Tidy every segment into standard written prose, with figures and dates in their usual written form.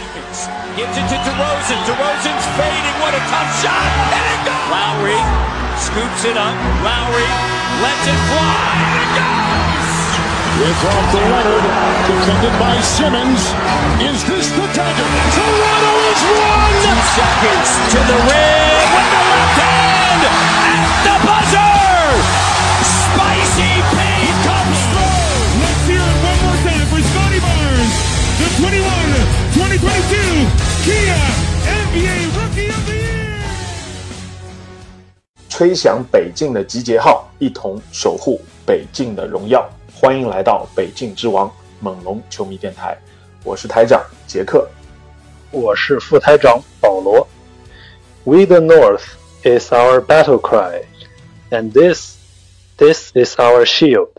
Gives it to DeRozan. DeRozan's fading. What a tough shot. And it goes! Lowry scoops it up. Lowry lets it fly. And it goes! It's off to Leonard. Defended by Simmons. Is this the dagger? Toronto is one! 2 seconds to the rim with the left hand. At the buzzer! Spicy Pete comes through! Let's hear it one more time for Scotty Barnes, the 2022 Kia NBA Rookie of the Year. 吹响北境的集结号，一同守护北境的荣耀。欢迎来到北境之王猛龙球迷电台，我是台长杰克， 我是副台长保罗。We the North is our battle cry, and this is our shield.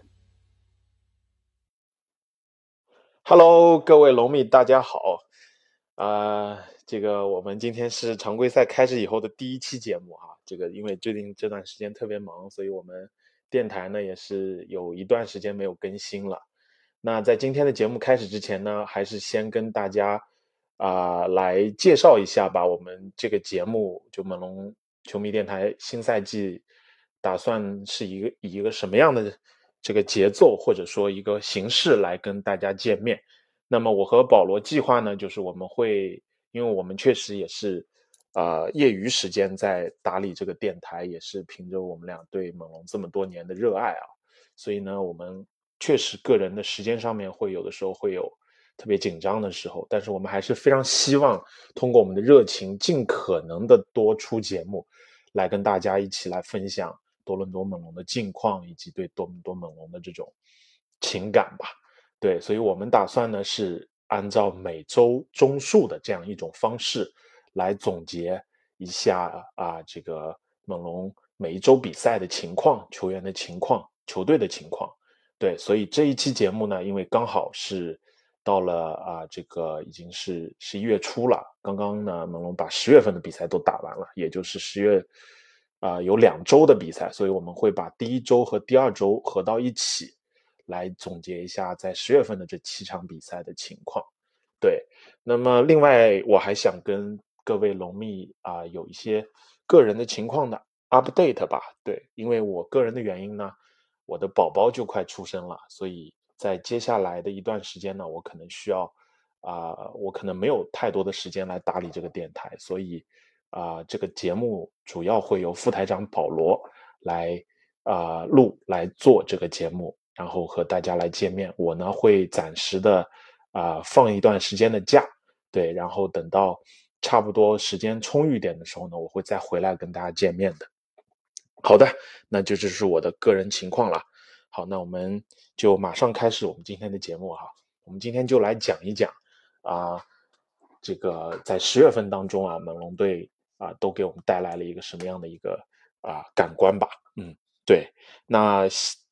Hello， 各位龙迷，大家好。这个我们今天是常规赛开始以后的第一期节目哈。这个因为最近这段时间特别忙，所以我们电台呢也是有一段时间没有更新了。那在今天的节目开始之前呢，还是先跟大家来介绍一下吧。我们这个节目就猛龙球迷电台新赛季打算是以一个什么样的这个节奏或者说一个形式来跟大家见面。那么我和保罗计划呢，就是我们会，因为我们确实也是业余时间在打理这个电台，也是凭着我们俩对猛龙这么多年的热爱啊，所以呢我们确实个人的时间上面会有的时候会有特别紧张的时候，但是我们还是非常希望通过我们的热情尽可能的多出节目来跟大家一起来分享多伦多猛龙的近况以及对多伦多猛龙的这种情感吧。对，所以我们打算呢是按照每周综述的这样一种方式来总结一下这个猛龙每一周比赛的情况、球员的情况、球队的情况。对，所以这一期节目呢，因为刚好是到了这个已经是11月初了，刚刚呢猛龙把10月份的比赛都打完了，也就是10月有2周的比赛，所以我们会把第1周和第2周合到一起来总结一下在10月份的这7场比赛的情况。对，那么另外我还想跟各位龙迷有一些个人的情况的 update 吧。对，因为我个人的原因呢，我的宝宝就快出生了，所以在接下来的一段时间呢，我可能需要我可能没有太多的时间来打理这个电台，所以这个节目主要会由副台长保罗来来做这个节目，然后和大家来见面。我呢会暂时的放一段时间的假，对，然后等到差不多时间充裕一点的时候呢，我会再回来跟大家见面的。好的，那这就是我的个人情况了。好，那我们就马上开始我们今天的节目哈。我们今天就来讲一讲这个在10月份当中猛龙队都给我们带来了一个什么样的一个感官吧。对，那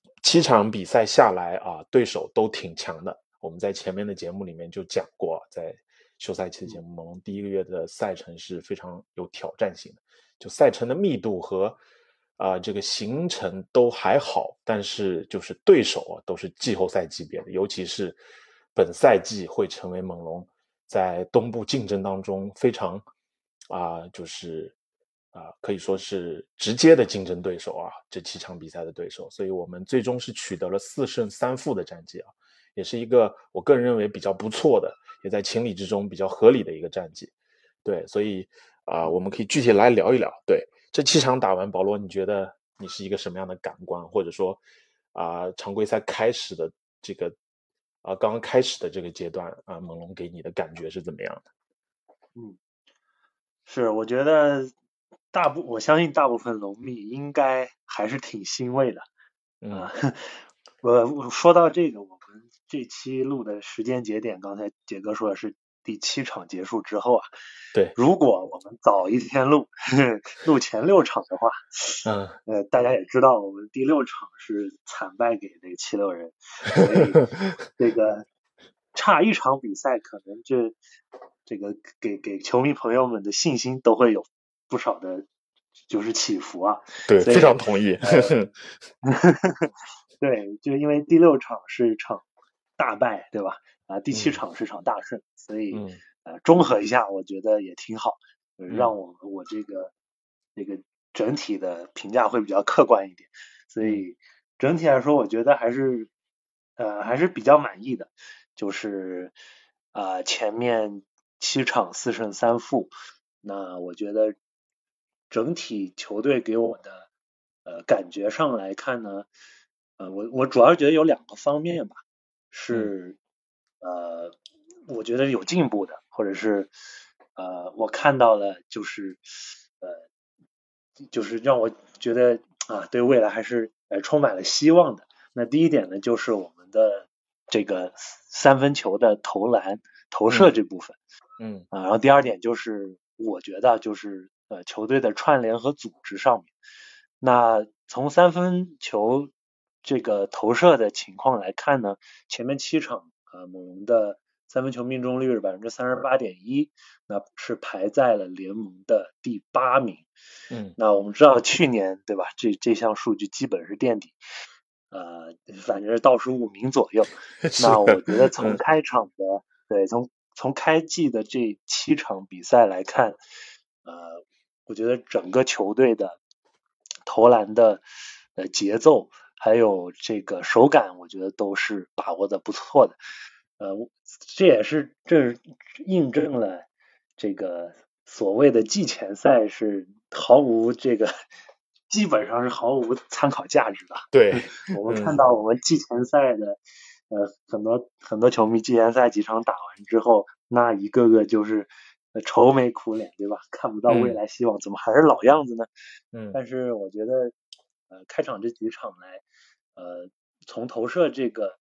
7场比赛下来对手都挺强的。我们在前面的节目里面就讲过，在休赛期的节目，猛龙第1个月的赛程是非常有挑战性的，就赛程的密度和这个行程都还好，但是就是对手都是季后赛级别的，尤其是本赛季会成为猛龙在东部竞争当中非常就是可以说是直接的竞争对手这7场比赛的对手，所以我们最终是取得了4胜3负的战绩也是一个我个人认为比较不错的，也在情理之中比较合理的一个战绩。对，所以我们可以具体来聊一聊。对，这7场打完，保罗，你觉得你是一个什么样的感官，或者说常规赛开始的这个刚刚开始的这个阶段猛龙给你的感觉是怎么样的？ 是，我觉得我相信大部分龙迷应该还是挺欣慰的。我说到这个，我们这期录的时间节点，刚才杰哥说的是第7场结束之后对， 如果我们早一天录前6场的话，大家也知道我们第6场是惨败给那个76人，所以这个差1场比赛，可能这个给球迷朋友们的信心都会有不少的就是起伏对，非常同意。 对，就因为第6场是场大败，对吧？第7场是场大胜，所以综合一下，我觉得也挺好，让我这个整体的评价会比较客观一点。所以整体来说，我觉得还是比较满意的，就是前面7场4胜3负，那我觉得整体球队给我的感觉上来看呢，我主要觉得有2个方面吧，是我觉得有进步的，或者是我看到了就是让我觉得对未来还是充满了希望的。那第一点呢，就是我们的这个3分球的投射这部分，然后第二点就是我觉得就是球队的串联和组织上面。那从3分球这个投射的情况来看呢，前面7场猛龙的3分球命中率是 38.1%， 那是排在了联盟的第8名。那我们知道去年对吧，这项数据基本是垫底，反正是倒数5名左右。那我觉得从开场的从开季的这7场比赛来看，我觉得整个球队的投篮的节奏还有这个手感，我觉得都是把握的不错的。这印证了这个所谓的季前赛是基本上是毫无参考价值的。 对， 我们看到我们季前赛的很多球迷季前赛几场打完之后，那一个个就是愁眉苦脸，对吧？看不到未来希望，怎么还是老样子呢？但是我觉得开场这几场来从投射这个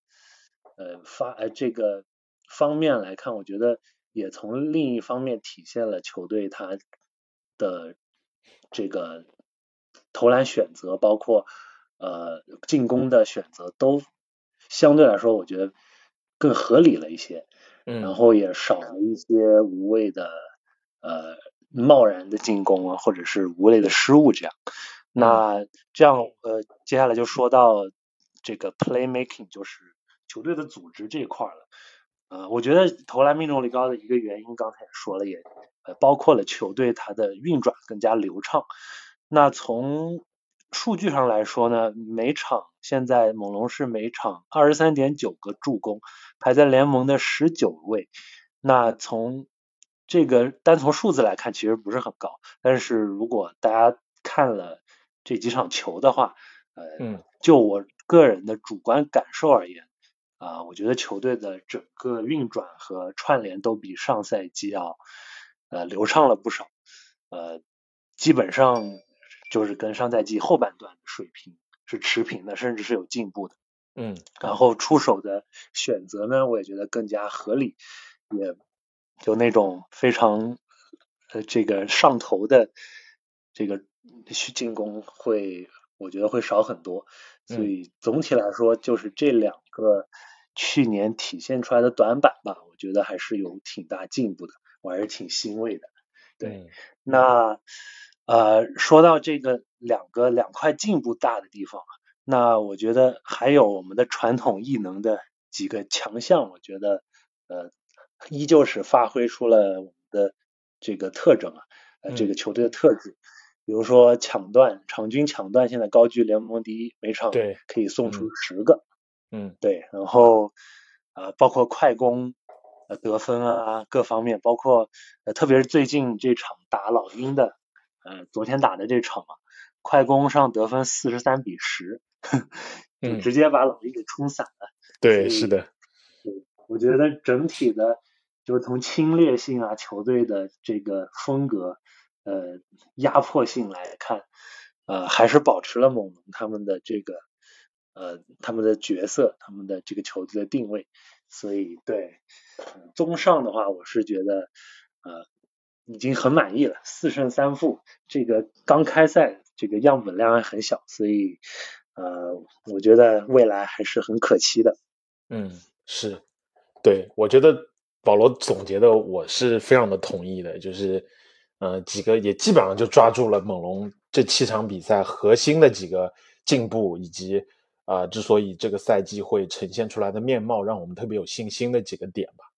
方面来看，我觉得也从另一方面体现了球队他的这个投篮选择，包括进攻的选择都相对来说我觉得更合理了一些，然后也少了一些无谓的贸然的进攻或者是无谓的失误这样。那这样接下来就说到这个 playmaking， 就是球队的组织这一块了。我觉得投篮命中率高的一个原因，刚才也说了，也包括了球队它的运转更加流畅。那从数据上来说呢，现在猛龙是每场 23.9 个助攻，排在联盟的19位。那单从数字来看其实不是很高，但是如果大家看了这几场球的话，就我个人的主观感受而言，我觉得球队的整个运转和串联都比上赛季要流畅了不少，基本上就是跟上赛季后半段的水平是持平的，甚至是有进步的。然后出手的选择呢，我也觉得更加合理，也有那种非常这个上头的这个进攻我觉得会少很多。所以总体来说，就是这2个去年体现出来的短板吧，我觉得还是有挺大进步的，我还是挺欣慰的。对，那说到这个两块进步大的地方，那我觉得还有我们的传统异能的几个强项，我觉得依旧是发挥出了我们的这个特征这个球队的特质。比如说场均抢断现在高居联盟第1，每场可以送出10个。对，然后包括快攻得分各方面，包括特别是最近这场打老鹰的昨天打的这场快攻上得分43-10，就直接把老鹰给冲散了。 对，是的。 我觉得整体的就是从侵略性球队的这个风格压迫性来看，还是保持了猛龙他们的这个他们的角色，他们的这个球队的定位。所以对综上的话，我是觉得已经很满意了，4胜3负，这个刚开赛这个样本量还很小，所以我觉得未来还是很可期的。 是，对，我觉得保罗总结的我是非常的同意的，就是几个也基本上就抓住了猛龙这7场比赛核心的几个进步，以及之所以这个赛季会呈现出来的面貌让我们特别有信心的几个点吧。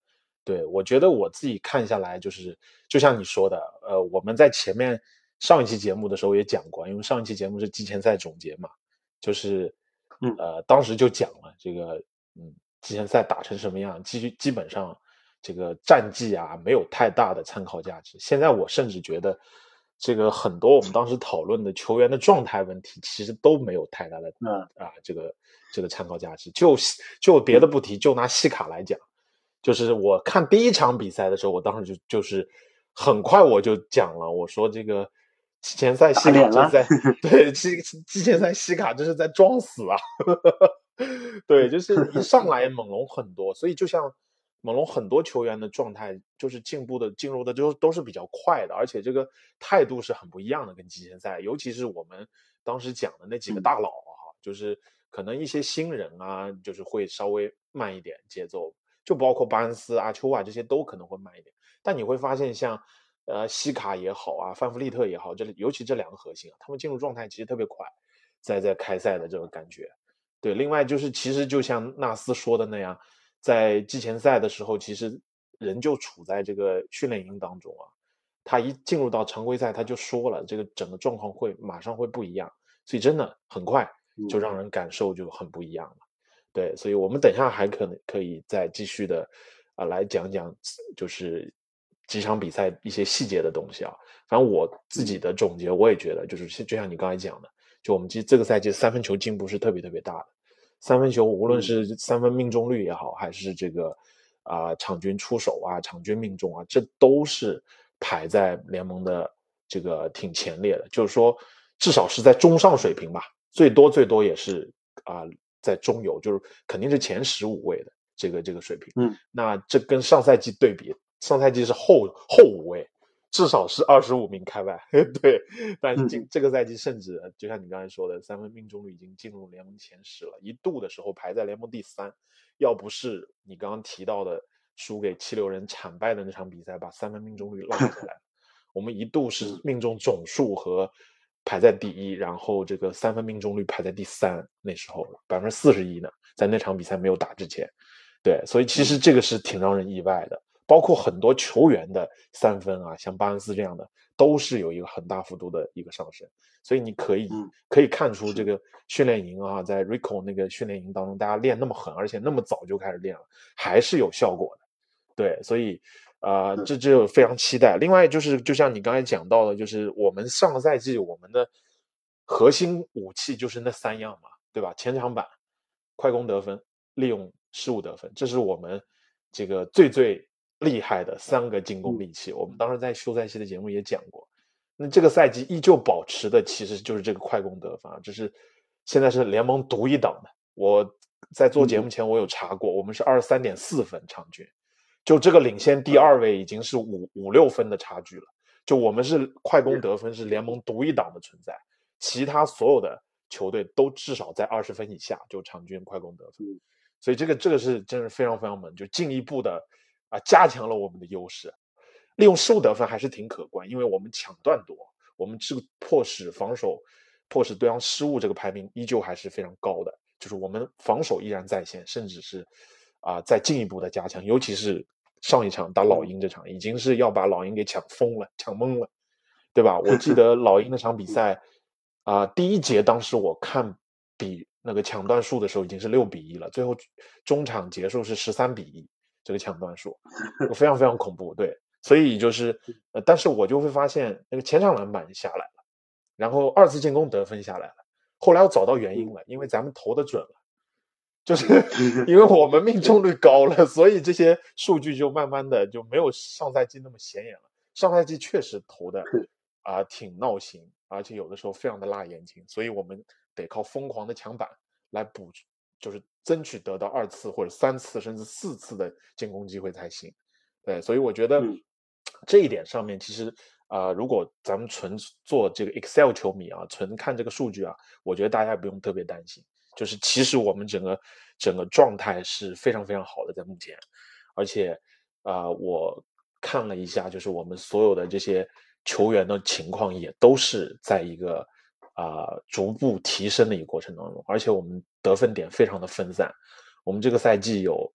对，我觉得我自己看下来就像你说的，我们在前面上一期节目的时候也讲过，因为上一期节目是季前赛总结嘛，就是当时就讲了这个季前赛打成什么样，基本上这个战绩啊没有太大的参考价值。现在我甚至觉得这个很多我们当时讨论的球员的状态问题，其实都没有太大的这个参考价值。就别的不提，就拿西卡来讲，就是我看第一场比赛的时候，我当时就是很快我就讲了，我说这个季前赛西卡就是在对季前赛西卡这是在装死啊。对，就是一上来猛龙很多，所以就像猛龙很多球员的状态就是进入的都是比较快的，而且这个态度是很不一样的，跟季前赛，尤其是我们当时讲的那几个大佬就是可能一些新人啊，就是会稍微慢一点节奏，就包括巴恩斯、阿丘瓦这些都可能会慢一点，但你会发现像西卡也好啊，范弗利特也好，尤其这两个核心啊，他们进入状态其实特别快，在开赛的这个感觉。对，另外就是其实就像纳斯说的那样，在季前赛的时候，其实人就处在这个训练营当中啊，他一进入到常规赛，他就说了，这个整个状况马上会不一样，所以真的很快就让人感受就很不一样了。对，所以我们等一下还可以再继续的来讲讲，就是几场比赛一些细节的东西啊。反正我自己的总结，我也觉得就是就像你刚才讲的。就我们这个赛季三分球进步是特别特别大的，三分球无论是三分命中率也好，还是这个场均出手啊、场均命中啊，这都是排在联盟的这个挺前列的，就是说至少是在中上水平吧，最多也是在中游，就是肯定是前15位的这个水平。那这跟上赛季对比，上赛季是后5位。至少是25名开外，对，但是这个赛季甚至就像你刚才说的，三分命中率已经进入联盟前10了，一度的时候排在联盟第3，要不是你刚刚提到的输给76人惨败的那场比赛，把三分命中率拉下来，我们一度是命中总数和排在第1，然后这个三分命中率排在第3，那时候41%呢，在那场比赛没有打之前，对，所以其实这个是挺让人意外的。包括很多球员的三分啊，像巴恩斯这样的，都是有一个很大幅度的一个上升，所以你可以看出这个训练营啊，在 Rico 那个训练营当中，大家练那么狠，而且那么早就开始练了，还是有效果的。对，所以这就非常期待。另外就是就像你刚才讲到的，就是我们上个赛季我们的核心武器就是那3样嘛，对吧？前场板、快攻得分、利用失误得分，这是我们这个最厉害的3个进攻利器，我们当时在休赛期的节目也讲过。那这个赛季依旧保持的其实就是这个快攻得分，这是现在是联盟独一档的。我在做节目前我有查过，我们是23.4分场均，就这个领先第2位已经是5-6分的差距了。就我们是快攻得分是联盟独一档的存在，其他所有的球队都至少在20分以下，就场均快攻得分。所以这个是真是非常非常猛，就进一步的加强了我们的优势。利用失误得分还是挺可观，因为我们抢断多，我们这个迫使对方失误这个排名依旧还是非常高的，就是我们防守依然在线，甚至是再进一步的加强，尤其是上一场打老鹰这场，已经是要把老鹰给抢懵了，对吧？我记得老鹰那场比赛第1节当时我看比那个抢断数的时候已经是6-1了，最后中场结束是13-1，这个抢断数非常非常恐怖。对，所以就是但是我就会发现那个前场篮板下来了，然后2次进攻得分下来了，后来我找到原因了，因为咱们投的准了，就是因为我们命中率高了，所以这些数据就慢慢的就没有上赛季那么显眼了。上赛季确实投的挺闹心，而且有的时候非常的辣眼睛，所以我们得靠疯狂的抢板来补，就是争取得到2次或者3次甚至4次的进攻机会才行。对，所以我觉得这一点上面其实如果咱们纯做这个 Excel 球迷纯看这个数据我觉得大家也不用特别担心，就是其实我们整个状态是非常非常好的在目前，而且我看了一下，就是我们所有的这些球员的情况也都是在一个逐步提升的一个过程当中，而且我们得分点非常的分散，我们这个赛季有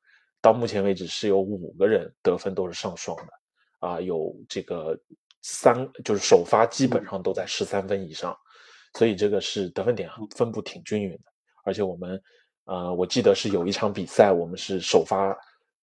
到目前为止是有5个人得分都是上双的有这个就是首发基本上都在13分以上，所以这个是得分点分布挺均匀的。而且我们我记得是有一场比赛我们是首发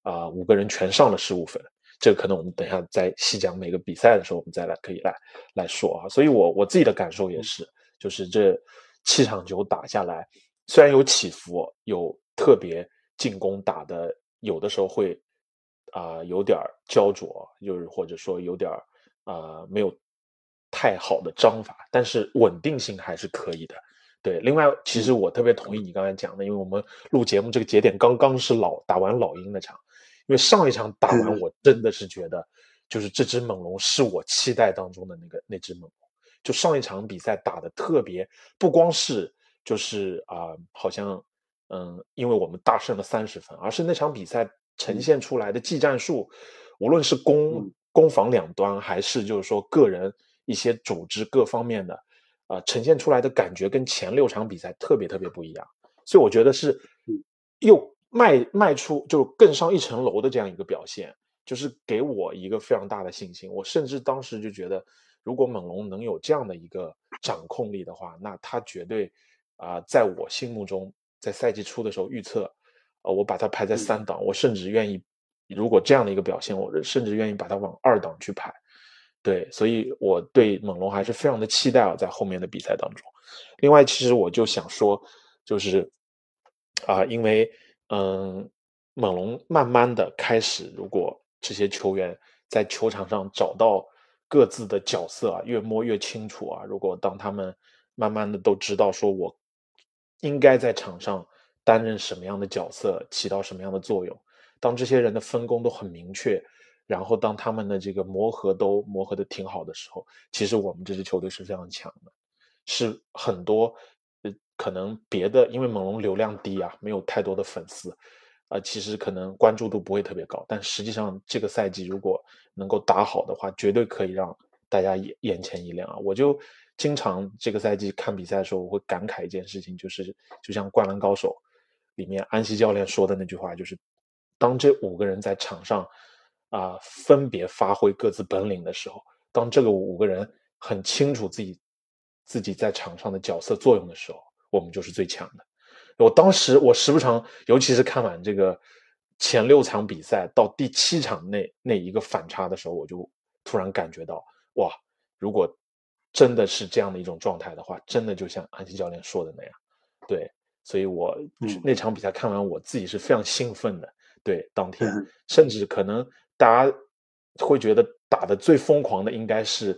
5个人全上了15分，这个可能我们等一下在细讲每个比赛的时候我们再可以来说所以我自己的感受也是，就是这7场球打下来，虽然有起伏，有特别进攻打的有的时候会有点焦灼，就是或者说有点没有太好的章法，但是稳定性还是可以的。对，另外其实我特别同意你刚才讲的，因为我们录节目这个节点刚刚是打完老鹰的场，因为上一场打完我真的是觉得就是这只猛龙是我期待当中的那只猛龙，就上一场比赛打的特别，不光是就是好像因为我们大胜了30分，而是那场比赛呈现出来的技战术，无论是攻防两端，还是就是说个人一些组织各方面的呈现出来的感觉跟前6场比赛特别特别不一样，所以我觉得是又迈出就更上一层楼的这样一个表现，就是给我一个非常大的信心。我甚至当时就觉得，如果猛龙能有这样的一个掌控力的话，那他绝对在我心目中，在赛季初的时候预测我把它排在3档，我甚至愿意，如果这样的一个表现，我甚至愿意把它往2档去排。对，所以我对猛龙还是非常的期待在后面的比赛当中。另外，其实我就想说，就是因为猛龙慢慢的开始，如果这些球员在球场上找到各自的角色越摸越清楚如果当他们慢慢的都知道说我应该在场上担任什么样的角色，起到什么样的作用，当这些人的分工都很明确，然后当他们的这个磨合都磨合的挺好的时候，其实我们这支球队是非常强的，是很多可能别的，因为猛龙流量低没有太多的粉丝其实可能关注度不会特别高，但实际上这个赛季如果能够打好的话，绝对可以让大家眼前一亮我就经常这个赛季看比赛的时候，我会感慨一件事情，就是就像《灌篮高手》里面安西教练说的那句话，就是当这5个人在场上分别发挥各自本领的时候，当这个5个人很清楚自己在场上的角色作用的时候，我们就是最强的。当时我时不常，尤其是看完这个前6场比赛到第7场那一个反差的时候，我就突然感觉到哇，如果真的是这样的一种状态的话，真的就像安西教练说的那样。对，所以我那场比赛看完，我自己是非常兴奋的。对，当天甚至可能大家会觉得打的最疯狂的应该是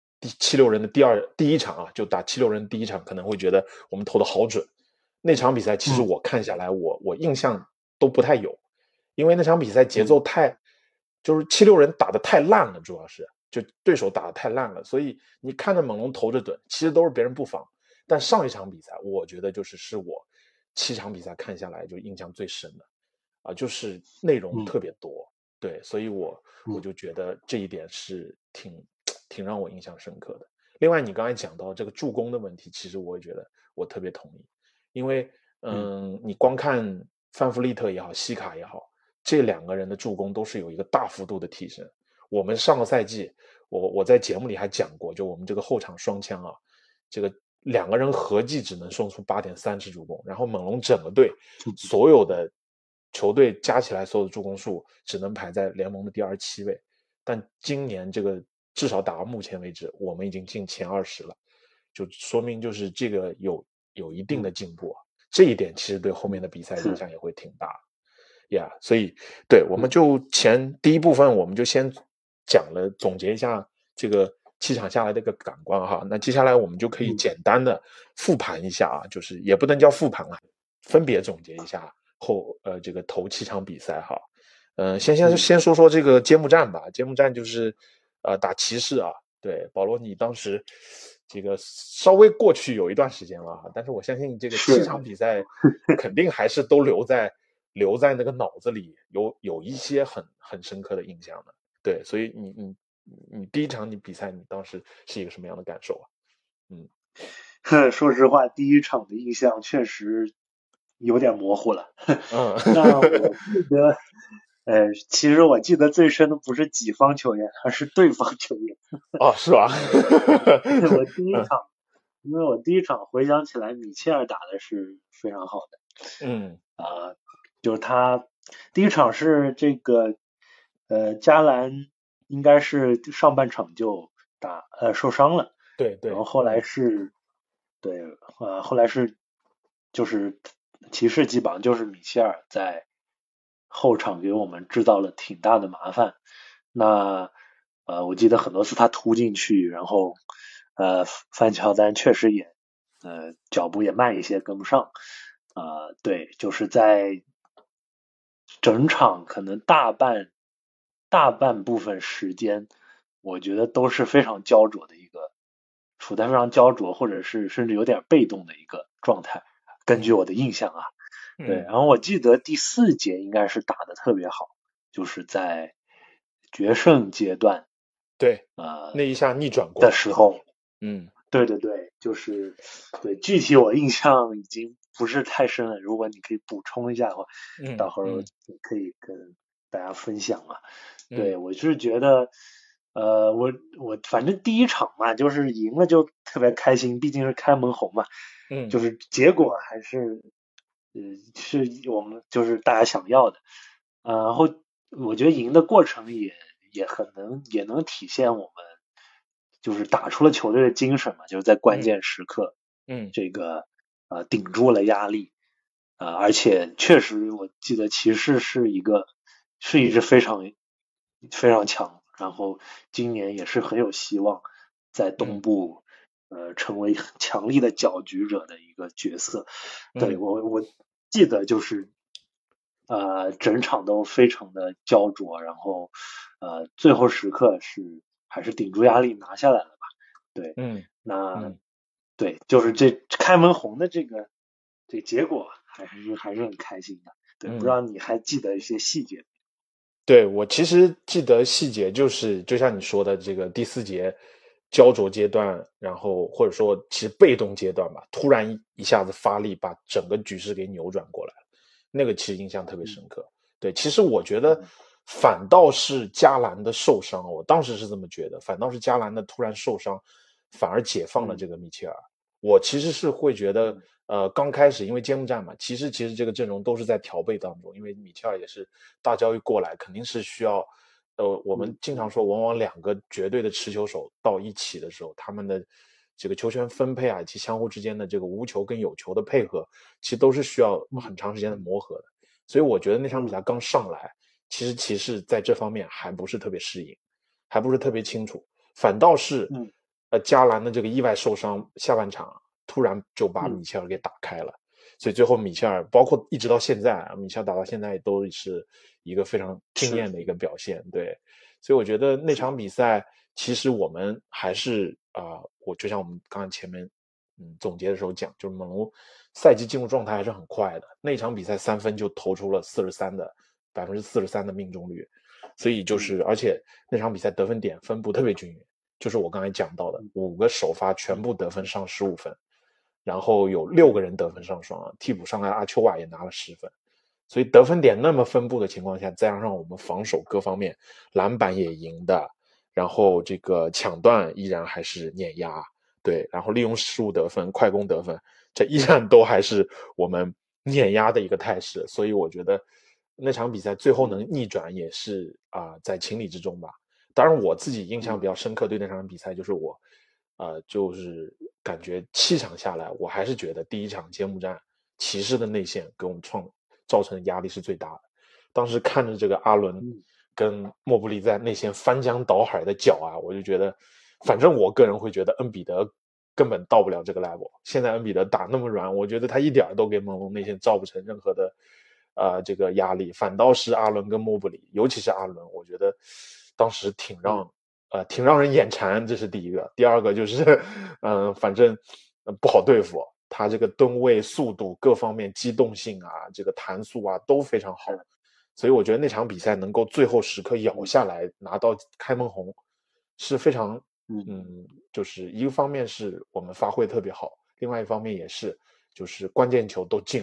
76人的第一场就打76人第一场，可能会觉得我们投的好准。那场比赛其实我看下来，我印象都不太有，因为那场比赛节奏就是76人打的太烂了，主要是就对手打的太烂了，所以你看着猛龙投着准，其实都是别人不防。但上一场比赛，我觉得是我7场比赛看下来就印象最深的就是内容特别多。对，所以我就觉得这一点是挺让我印象深刻的。另外，你刚才讲到这个助攻的问题，其实我也觉得我特别同意，因为你光看范弗利特也好，西卡也好，这2个人的助攻都是有一个大幅度的提升。我们上个赛季，我在节目里还讲过，就我们这个后场双枪这个2个人合计只能送出8.3次助攻，然后猛龙整个队所有的球队加起来所有的助攻数只能排在联盟的第27位，但今年这个至少打到目前为止，我们已经进前20了，就说明就是这个有一定的进步这一点其实对后面的比赛影响也会挺大的所以对，我们就第一部分我们就先总结一下这个7场下来的一个感官那接下来我们就可以简单的复盘一下就是也不能叫复盘分别总结一下这个头7场比赛先说说这个揭幕战吧。揭幕战就是打骑士对，保罗你当时这个稍微过去有一段时间了但是我相信这个7场比赛肯定还是都留在那个脑子里，有一些很深刻的印象的。对，所以你第一场比赛你当时是一个什么样的感受说实话，第一场的印象确实有点模糊了。那我记得，其实我记得最深的不是己方球员，而是对方球员。 哦，是吧？ 我第一场，因为我第一场回想起来，米切尔打的是非常好的。就是他第一场是这个加兰应该是上半场就受伤了。 对， 然后后来是就是骑士基本上就是米切尔在后场给我们制造了挺大的麻烦。那我记得很多次他突进去，然后范乔丹确实也脚步也慢一些，跟不上。对，就是在整场可能大半部分时间，我觉得都是非常焦灼的一个，处在非常焦灼或者是甚至有点被动的一个状态。根据我的印象啊，对。然后我记得第4节应该是打得特别好，就是在决胜阶段， 对，那一下逆转过的时候，对，就是对，具体我印象已经不是太深了，如果你可以补充一下的话，到会儿你可以跟大家分享啊。对，我是觉得我反正第一场嘛，就是赢了就特别开心，毕竟是开门红嘛。就是结果还是是我们就是大家想要的。然后我觉得赢的过程也能体现我们就是打出了球队的精神嘛，就是在关键时刻这个顶住了压力。而且确实我记得骑士是一支非常非常强，然后今年也是很有希望在东部成为强力的搅局者的一个角色。对，我记得就是整场都非常的焦灼，然后最后时刻还是顶住压力拿下来了吧。对，那对，就是这开门红的这结果还是很开心的。对，不知道你还记得一些细节？ 对，我其实记得细节，就是就像你说的这个第4节焦灼阶段，然后或者说其实被动阶段吧，突然一下子发力，把整个局势给扭转过来了，那个其实印象特别深刻。对，其实我觉得反倒是加兰的受伤，我当时是这么觉得，反倒是加兰的突然受伤，反而解放了这个米切尔。我其实是会觉得刚开始因为揭幕战嘛，其实这个阵容都是在调配当中，因为米切尔也是大交易过来，肯定是需要我们经常说往往2个绝对的持球手到一起的时候，他们的这个球权分配啊，以及相互之间的这个无球跟有球的配合，其实都是需要很长时间的磨合的。所以我觉得那场比赛刚上来，其实骑士在这方面还不是特别适应，还不是特别清楚，反倒是加兰的这个意外受伤，下半场突然就把米切尔给打开了。所以最后米切尔包括一直到现在米切尔打到现在都是一个非常惊艳的一个表现。对，所以我觉得那场比赛其实我们还是我就像我们刚才前面总结的时候讲，就是猛龙赛季进入状态还是很快的，那场比赛3分就投出了43%的命中率，所以就是而且那场比赛得分点分布特别均匀，就是我刚才讲到的5个首发全部得分上15分，然后有6个人得分上双，替补上来阿丘瓦也拿了10分，所以得分点那么分布的情况下，再加上我们防守各方面篮板也赢的，然后这个抢断依然还是碾压，对，然后利用失误得分、快攻得分，这依然都还是我们碾压的一个态势，所以我觉得那场比赛最后能逆转也是在情理之中吧。当然我自己印象比较深刻对那场比赛就是我就是感觉7场下来，我还是觉得第一场揭幕战骑士的内线给我们造成的压力是最大的。当时看着这个阿伦跟莫布里在内线翻江倒海的脚我就觉得反正我个人会觉得恩比德根本到不了这个 level。现在恩比德打那么软，我觉得他一点都给猛龙内线造不成任何的这个压力，反倒是阿伦跟莫布里，尤其是阿伦，我觉得当时挺让人眼馋，这是第一个。第二个就是反正不好对付，他这个吨位、速度各方面机动性这个弹速都非常好，所以我觉得那场比赛能够最后时刻咬下来拿到开门红是非常就是一个方面是我们发挥特别好，另外一方面也是就是关键球都进了，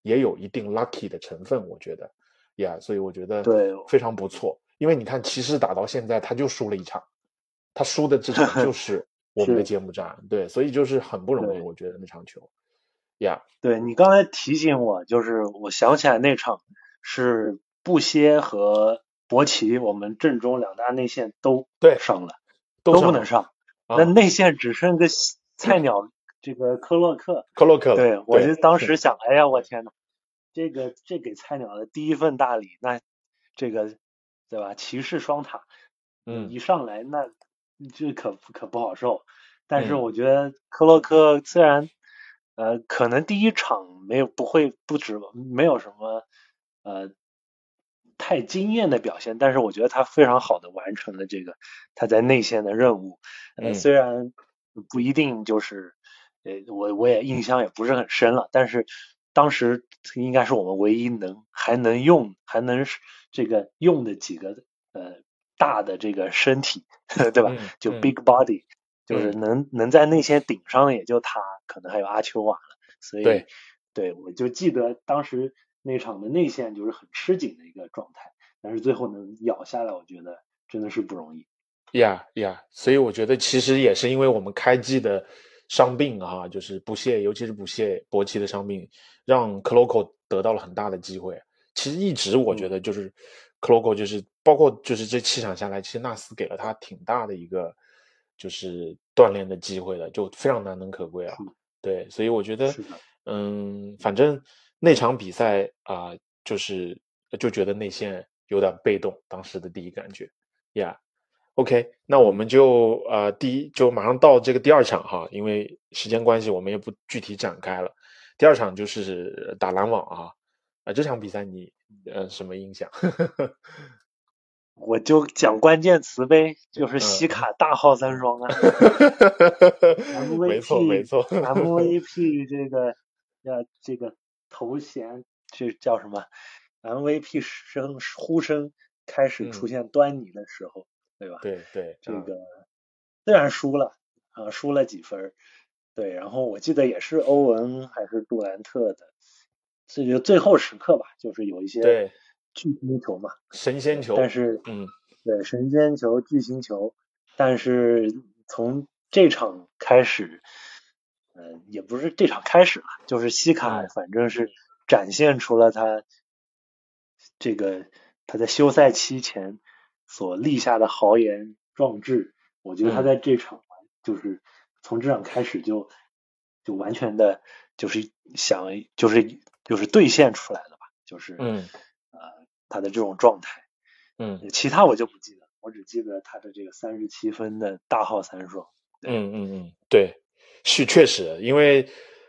也有一定 lucky 的成分，我觉得所以我觉得对非常不错。因为你看骑士打到现在他就输了一场，他输的这场就是我们的揭幕战对，所以就是很不容易，我觉得那场球对，你刚才提醒我，就是我想起来那场是布歇和博奇，我们阵中2大内线都伤了，都不能上。那内线只剩个菜鸟这个克洛克。对，我就当时想，哎呀，我天哪，这给菜鸟的第一份大礼，那这个对吧？骑士双塔，一上来那这可不好受。但是我觉得克洛克虽然可能第一场没有什么太惊艳的表现，但是我觉得他非常好的完成了这个他在内线的任务。虽然不一定就是我也印象也不是很深了，但是当时应该是我们唯一还能用的几个大的这个身体对吧？就 big body，就是能在内线顶上的也就他，可能还有阿丘瓦了。所以对我就记得当时那场的内线就是很吃紧的一个状态，但是最后能咬下来，我觉得真的是不容易。 所以我觉得其实也是因为我们开季的伤病啊，就是不懈，尤其是不懈博奇的伤病，让克洛克得到了很大的机会。其实一直我觉得就是克洛克就是包括就是这7场下来，其实纳斯给了他挺大的一个就是锻炼的机会的，就非常难能可贵啊。对，所以我觉得反正那场比赛就觉得内线有点被动，当时的第一感觉OK， 那我们就就马上到这个第2场哈，因为时间关系我们也不具体展开了。第2场就是打篮网这场比赛你什么印象？ 我就讲关键词呗，就是西卡大号3双啊没错没错 ，MVP 这个头衔这叫什么 ？MVP 呼声开始出现端倪的时候，对吧？ 对， 这个虽然输了输了几分，对，然后我记得也是欧文还是杜兰特的，这就最后时刻吧，就是有一些巨星球嘛， 神仙球， 但是对神仙球、巨星球，但是从这场开始，也不是这场开始了，就是西卡反正是展现出了他在休赛期前所立下的豪言壮志。我觉得他在这场就是从这场开始就完全的就是兑现出来了吧，就是他的这种状态。其他我就不记得，我只记得他的这个37分的大号3双。 对，是确实，因为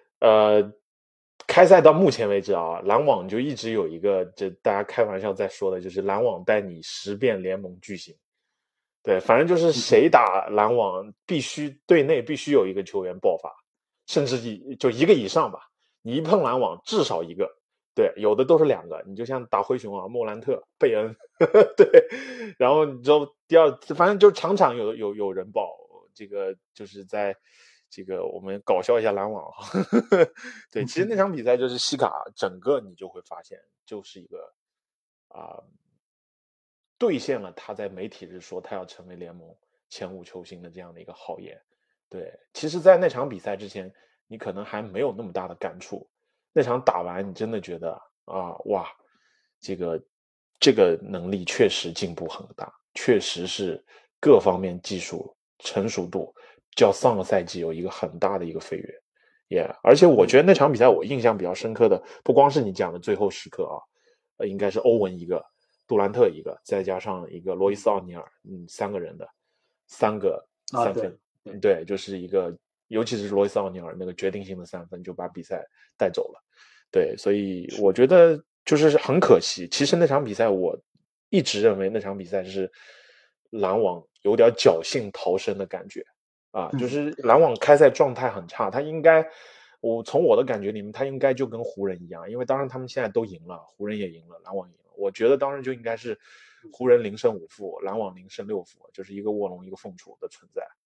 开赛到目前为止篮网就一直有一个这大家开玩笑在说的，就是篮网带你10遍联盟巨星。对，反正就是谁打篮网队内必须有一个球员爆发，甚至就一个以上吧。你一碰篮网至少一个，对，有的都是2个。你就像打灰熊莫兰特、贝恩，对，然后你知道反正就场场有人爆，这个就是在这个我们搞笑一下篮网对，其实那场比赛就是西卡整个你就会发现就是一个兑现了他在媒体日说他要成为联盟前5球星的这样的一个豪言。对，其实在那场比赛之前你可能还没有那么大的感触，那场打完你真的觉得哇，这个能力确实进步很大，确实是各方面技术成熟度较上个赛季有一个很大的一个飞跃。而且我觉得那场比赛我印象比较深刻的不光是你讲的最后时刻应该是欧文一个，杜兰特一个，再加上一个罗伊斯奥尼尔，3个人的3个3分，对，就是一个尤其是罗伊斯奥尼尔那个决定性的3分就把比赛带走了。对，所以我觉得就是很可惜。其实那场比赛我一直认为那场比赛是篮网有点侥幸逃生的感觉就是篮网开赛状态很差，他应该从我的感觉里面他应该就跟湖人一样，因为当然他们现在都赢了，湖人也赢了，篮网赢了，我觉得当然就应该是湖人0胜5负，篮网0胜6负，就是一个卧龙一个凤雏的存在。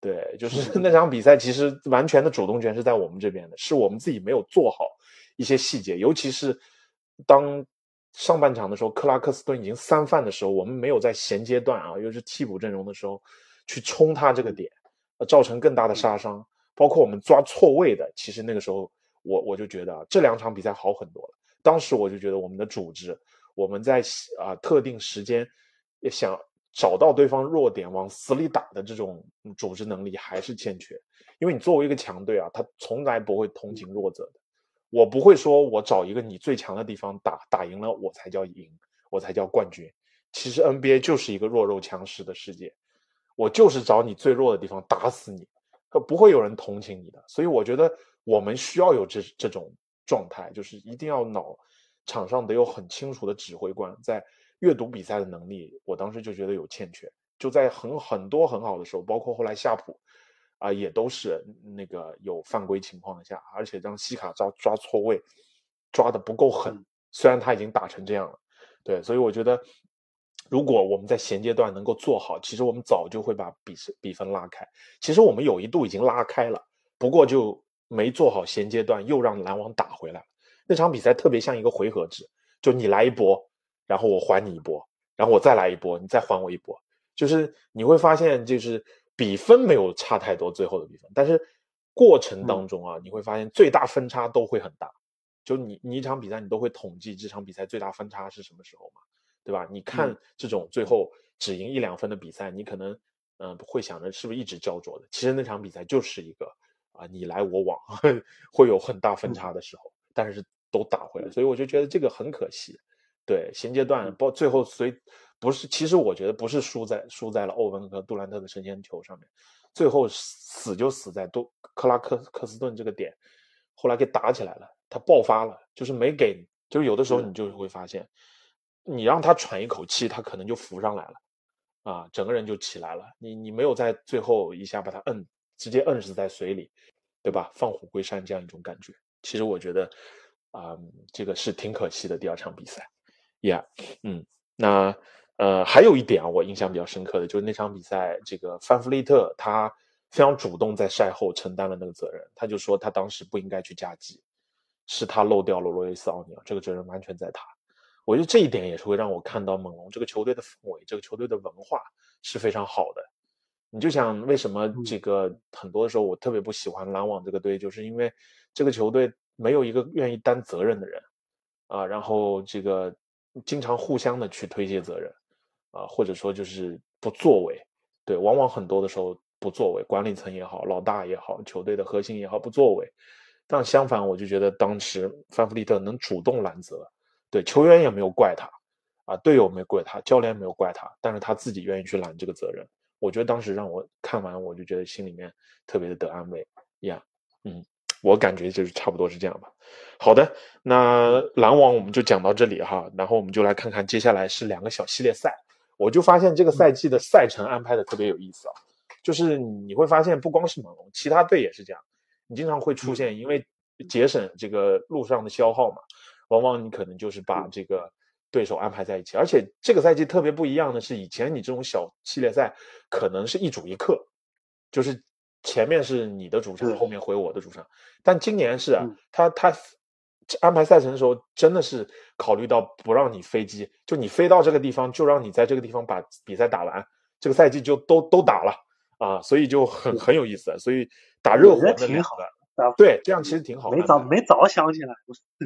对，就是那场比赛其实完全的主动权是在我们这边的，是我们自己没有做好一些细节，尤其是当上半场的时候，克拉克斯顿已经3犯的时候，我们没有在衔接段啊，又是替补阵容的时候去冲他这个点，造成更大的杀伤。包括我们抓错位的，其实那个时候我就觉得这2场比赛好很多了。当时我就觉得我们的组织，我们在特定时间也想找到对方弱点往死里打的这种组织能力还是欠缺。因为你作为一个强队啊，他从来不会同情弱者的。我不会说我找一个你最强的地方打赢了我才叫赢，我才叫冠军。其实 NBA 就是一个弱肉强食的世界，我就是找你最弱的地方打死你，不会有人同情你的。所以我觉得我们需要有这种状态，就是一定要场上得有很清楚的指挥官，在阅读比赛的能力，我当时就觉得有欠缺。就在很多很好的时候，包括后来夏普也都是那个有犯规情况下，而且让西卡抓错位抓得不够狠，虽然他已经打成这样了。对，所以我觉得如果我们在衔接段能够做好，其实我们早就会把比分拉开。其实我们有一度已经拉开了，不过就没做好衔接段，又让篮网打回来了。那场比赛特别像一个回合制，就你来一波，然后我还你一波，然后我再来一波，你再还我一波。就是你会发现，就是比分没有差太多，最后的比分，但是过程当中你会发现最大分差都会很大。就你一场比赛你都会统计这场比赛最大分差是什么时候嘛，对吧？你看这种最后只赢1-2分的比赛，你可能会想着是不是一直焦灼的。其实那场比赛就是一个你来我往会有很大分差的时候，但是都打回来，所以我就觉得这个很可惜。对，衔接段最后其实我觉得不是输在了欧文和杜兰特的神仙球上面，最后死就死在克拉克斯顿这个点，后来给打起来了，他爆发了，就是没给，就是有的时候你就会发现，你让他喘一口气，他可能就浮上来了整个人就起来了，你没有在最后一下把他直接摁死在水里，对吧？放虎归山这样一种感觉，其实我觉得这个是挺可惜的第2场比赛。那还有一点我印象比较深刻的就是那场比赛，这个范弗利特他非常主动在赛后承担了那个责任，他就说他当时不应该去夹击，是他漏掉了罗伊斯奥尼尔，这个责任完全在他。我觉得这一点也是会让我看到猛龙这个球队的氛围，这个球队的文化是非常好的。你就想为什么这个很多的时候我特别不喜欢篮网这个队，就是因为这个球队没有一个愿意担责任的人然后这个经常互相的去推卸责任或者说就是不作为。对，往往很多的时候不作为，管理层也好，老大也好，球队的核心也好，不作为。但相反，我就觉得当时范弗利特能主动揽责，对，球员也没有怪他队友没有怪他，教练没有怪他，但是他自己愿意去揽这个责任。我觉得当时让我看完，我就觉得心里面特别的得安慰我感觉就是差不多是这样吧。好的，那篮网我们就讲到这里哈，然后我们就来看看接下来是2个小系列赛。我就发现这个赛季的赛程安排的特别有意思就是你会发现不光是猛龙，其他队也是这样，你经常会出现因为节省这个路上的消耗嘛，往往你可能就是把这个对手安排在一起。而且这个赛季特别不一样的是，以前你这种小系列赛可能是一主一客，就是前面是你的主场，后面回我的主场。但今年是他安排赛程的时候真的是考虑到不让你飞机，就你飞到这个地方就让你在这个地方把比赛打完，这个赛季就都打了所以就很有意思。所以打热火的挺好的，对，这样其实挺好的。 没早想起来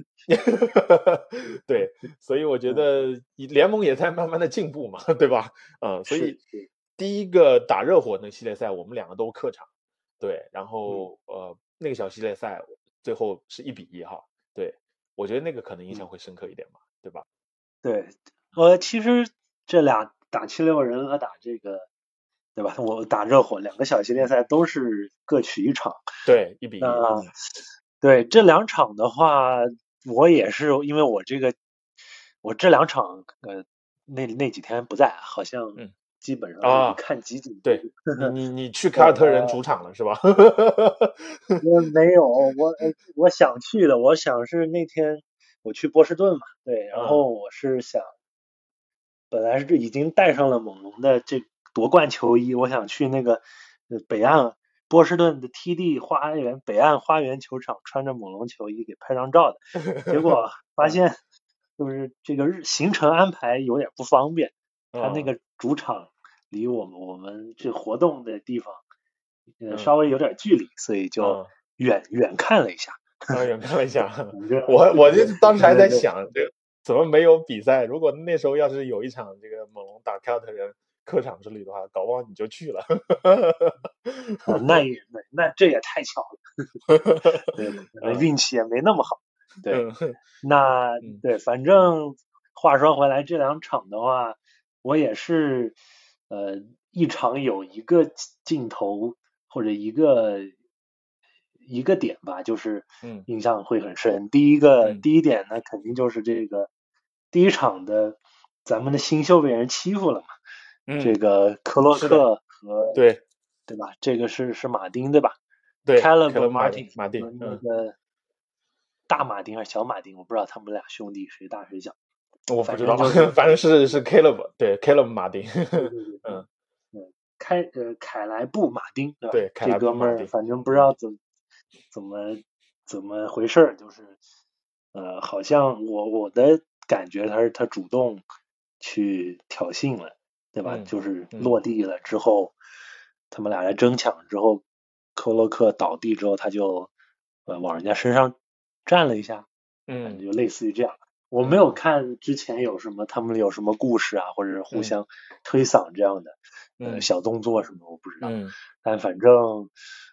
对，所以我觉得联盟也在慢慢的进步嘛，对吧所以第一个打热火那系列赛我们2个都客场，对，然后那个小系列赛最后是1-1对，我觉得那个可能印象会深刻一点嘛，对吧？ 对，其实这俩打76人和打这个，对吧？我打热火2个小系列赛都是各取1场， 对，1-1。 对，这2场的话，我也是因为我这2场那几天不在，好像基本上看集锦。 对，你去凯尔特人主场了是吧？ 我没有，我想去的，我想是那天我去波士顿嘛，对，然后我是想，本来是已经带上了猛龙的这夺冠球衣，我想去那个北岸波士顿的 TD 花园北岸花园球场穿着猛龙球衣给拍张照的，结果发现就是这个行程安排有点不方便，他那个主场离我们这活动的地方稍微有点距离，所以就远看了一下。 远看了一下，我就当时还在想，这怎么没有比赛？如果那时候要是有一场这个猛龙打凯尔特人客场之旅的话，搞不好你就去了。 那这也太巧了，对，可能运气也没那么好。对，那对，反正话说回来，这2场的话，我也是一场有一个镜头或者一个点吧，就是印象会很深。第一点呢，肯定就是这个第一场的咱们的新秀被人欺负了嘛，这个克洛克和对吧？这个是马丁对吧？ 对 ，Caleb Martin 那个大马丁还是小马丁，我不知道他们俩兄弟谁大谁小。 我不知道，反正是 Caleb， 对 Caleb 马丁， 凯莱布马丁对吧？ 对， 这哥们儿反正不知道怎么回事，就是好像我的感觉他主动去挑衅了，对吧？就是落地了之后，他们俩来争抢之后，克洛克倒地之后，他就往人家身上站了一下，就类似于这样。我没有看之前他们有什么故事啊，或者是互相推搡这样的小动作什么，我不知道。但反正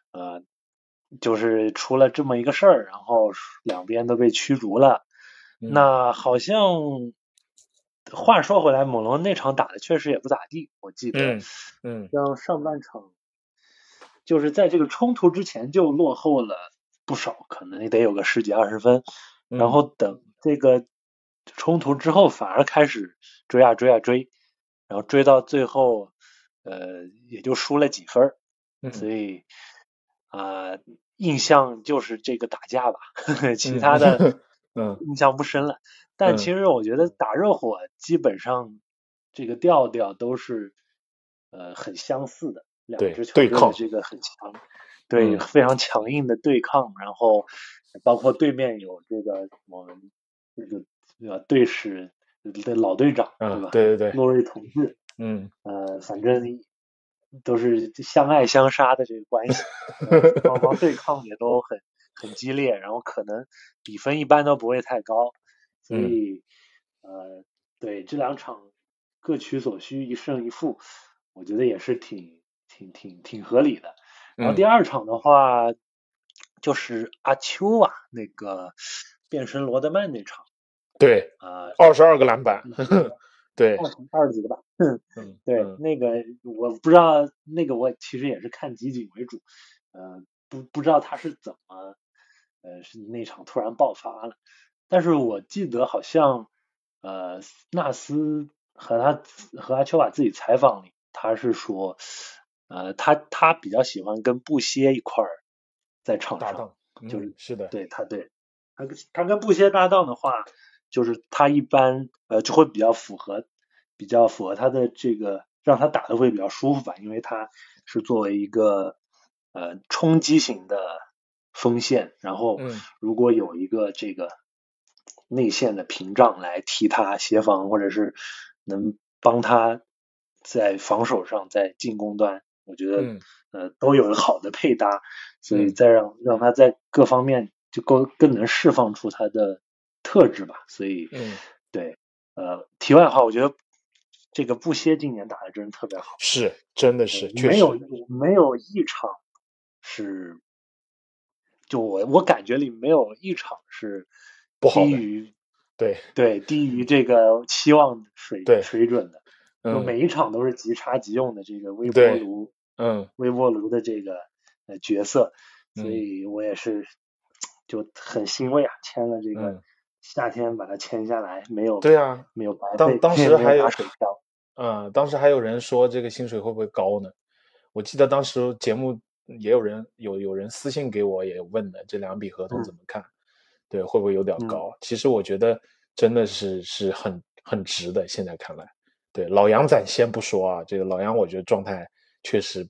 就是出了这么一个事儿，然后两边都被驱逐了。那好像话说回来，猛龙那场打的确实也不咋地，我记得，像上半场就是在这个冲突之前就落后了不少，可能得有个10几20分，然后等这个冲突之后反而开始追，然后追到最后也就输了几分，所以印象就是这个打架吧，其他的印象不深了。但其实我觉得打热火基本上这个调调都是很相似的，两支球队的这个很强，对，非常强硬的对抗，然后包括对面有这个我们这个队史的老队长，对吧？ 对， 诺瑞同志，反正都是相爱相杀的这个关系，双方对抗也都很激烈，然后可能比分一般都不会太高，所以对这2场各取所需，1胜1负，我觉得也是挺合理的。然后第2场的话，就是阿丘啊那个变身罗德曼那场， 对，22个篮板，对 ，20几个吧，对，那个我不知道，那个我其实也是看集锦为主，不知道他是怎么是那场突然爆发了，但是我记得好像纳斯和阿丘瓦自己采访里，他是说他比较喜欢跟布歇一块儿在场上， 是的， 对他跟布歇搭档的话，就是他一般就会比较符合他的这个，让他打的会比较舒服吧，因为他是作为一个冲击型的锋线，然后如果有一个这个内线的屏障来替他协防，或者是能帮他在防守上在进攻端，我觉得都有好的配搭，所以再让他在各方面就更能释放出他的特质吧，所以对题外话，我觉得这个布歇今年打的真的特别好， 是真的是确实没有一场是就我感觉里没有一场是低于对低于这个期望水准的，就每一场都是即插即用的这个微波炉的这个角色，所以我也是就很欣慰啊，签了这个夏天把它签下来，没有白费， 当时还有打水漂。 当时还有人说这个薪水会不会高呢？我记得当时节目也有人私信给我也问的这2笔合同怎么看，对，会不会有点高？其实我觉得真的是很值的，现在看来，对，老杨咱先不说啊，这个老杨我觉得状态确实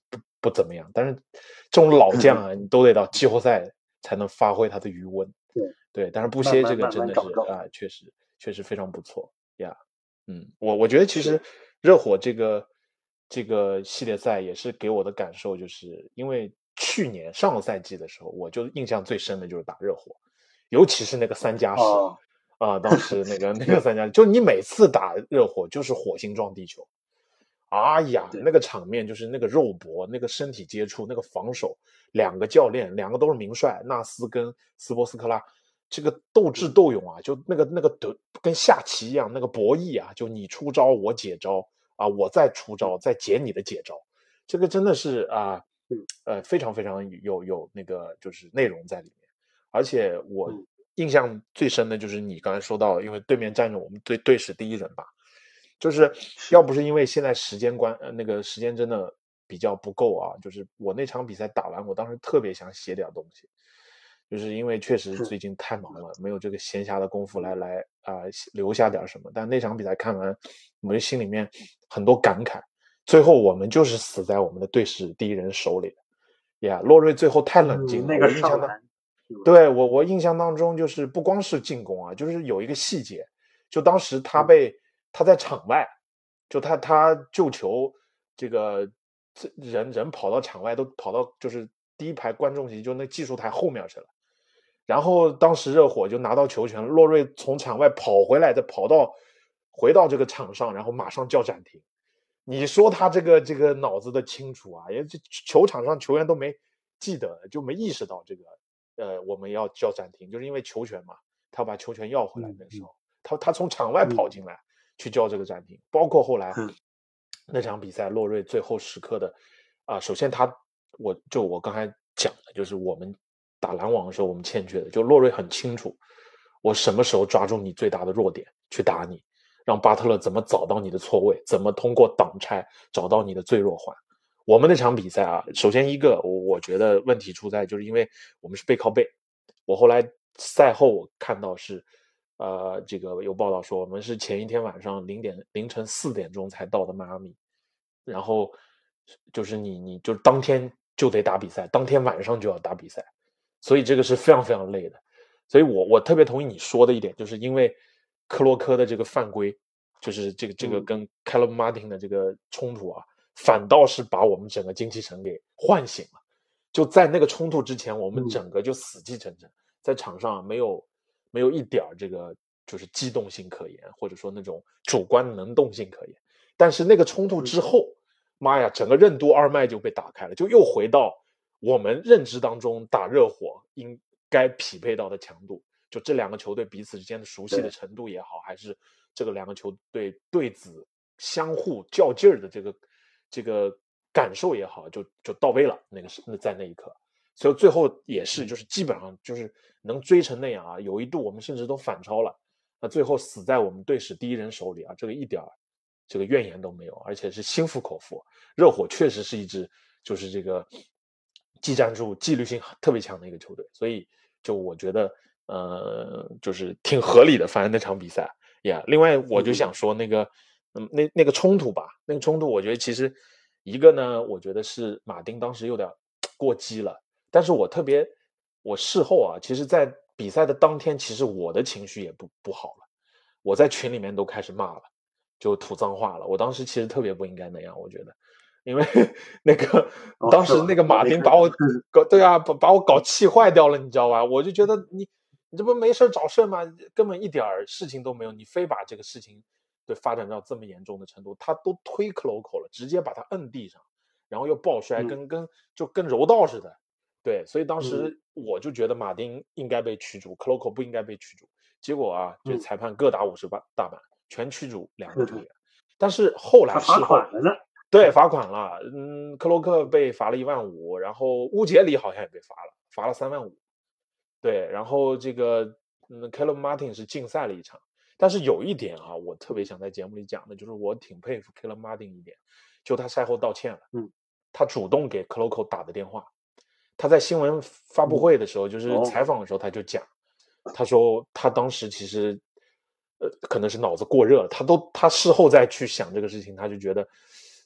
不怎么样。但是这种老将啊，你都得到季后赛才能发挥他的余温。对，但是布歇这个真的是啊，确实非常不错呀。我觉得其实热火这个系列赛也是给我的感受，就是因为去年上个赛季的时候，我就印象最深的就是打热火，尤其是那个3+10当时那个3+10，就你每次打热火就是火星撞地球，哎呀，那个场面就是那个肉搏，那个身体接触，那个防守，两个教练，两个都是名帅，纳斯跟斯波斯克拉，这个斗智斗勇啊，就那个跟下棋一样，那个博弈啊，就你出招我解招啊，我再出招再解你的解招，这个真的是非常非常有那个就是内容在里面。而且我印象最深的就是你刚才说到，因为对面站着我们队史第一人吧，就是要不是因为现在时间那个时间真的比较不够啊，就是我那场比赛打完，我当时特别想写点东西，就是因为确实最近太忙了，没有这个闲暇的功夫来留下点什么。但那场比赛看完，我们心里面很多感慨。最后我们就是死在我们的队史第一人手里的。洛瑞最后太冷静了， 那个上篮。 对，我印象当中就是不光是进攻啊，就是有一个细节，就当时他在场外，就他救球，这个人跑到场外，都跑到就是第一排观众席，就那技术台后面去了。然后当时热火就拿到球权，洛瑞从场外跑回来，再回到这个场上，然后马上叫暂停。你说他这个脑子的清楚啊，也这球场上球员都没记得，就没意识到这个我们要叫暂停，就是因为球权嘛，他把球权要回来的时候，他从场外跑进来去叫这个暂停。包括后来那场比赛，洛瑞最后时刻的首先我刚才讲的就是我们打篮网的时候我们欠缺的，就洛瑞很清楚我什么时候抓住你最大的弱点去打你，让巴特勒怎么找到你的错位，怎么通过挡拆找到你的最弱环。我们那场比赛首先一个我觉得问题出在就是因为我们是背靠背。我后来赛后我看到是这个有报道说我们是前一天晚上凌晨4点钟才到的迈阿密，然后就是你就当天就得打比赛，当天晚上就要打比赛，所以这个是非常非常累的。所以我特别同意你说的一点，就是因为克洛科的这个犯规，就是这个跟 Caleb Martin 的这个冲突反倒是把我们整个精气神给唤醒了。就在那个冲突之前，我们整个就死气沉沉，在场上没有一点这个就是机动性可言，或者说那种主观能动性可言。但是那个冲突之后，妈呀，整个任督二脉就被打开了，就又回到我们认知当中打热火应该匹配到的强度。就这两个球队彼此之间的熟悉的程度也好，还是这个两个球队对子相互较劲儿的这个感受也好，就到位了。在那一刻，所以最后也是就是基本上就是能追成那样有一度我们甚至都反超了。那最后死在我们队史第一人手里这个一点这个怨言都没有，而且是心服口服。热火确实是一支就是这个技战术纪律性特别强的一个球队，所以就我觉得就是挺合理的。反正那场比赛另外我就想说那个那个冲突吧，那个冲突我觉得其实一个呢，我觉得是马丁当时有点过激了，但是我事后其实在比赛的当天，其实我的情绪也不好了，我在群里面都开始骂了，就吐脏话了。我当时其实特别不应该那样，我觉得，因为那个当时那个马丁把我把我搞气坏掉了，你知道吧？我就觉得你这不没事找事吗？根本一点事情都没有，你非把这个事情发展到这么严重的程度，他都推克洛口了，直接把他摁地上，然后又抱摔，跟柔道似的。对，所以当时我就觉得马丁应该被驱逐，克洛口不应该被驱逐。结果就裁判各打50大板，全驱逐2个球员。但是后来罚款了呢？ 对，罚款了。克洛克被罚了15000，然后乌杰里好像也被罚了35000。对，然后这个Caleb Martin 是禁赛了1场。但是有一点我特别想在节目里讲的，就是我挺佩服 Caleb Martin 一点，就他赛后道歉了。他主动给克洛克打的电话。他在新闻发布会的时候，就是采访的时候，他就讲，他说他当时其实可能是脑子过热了，他事后再去想这个事情，他就觉得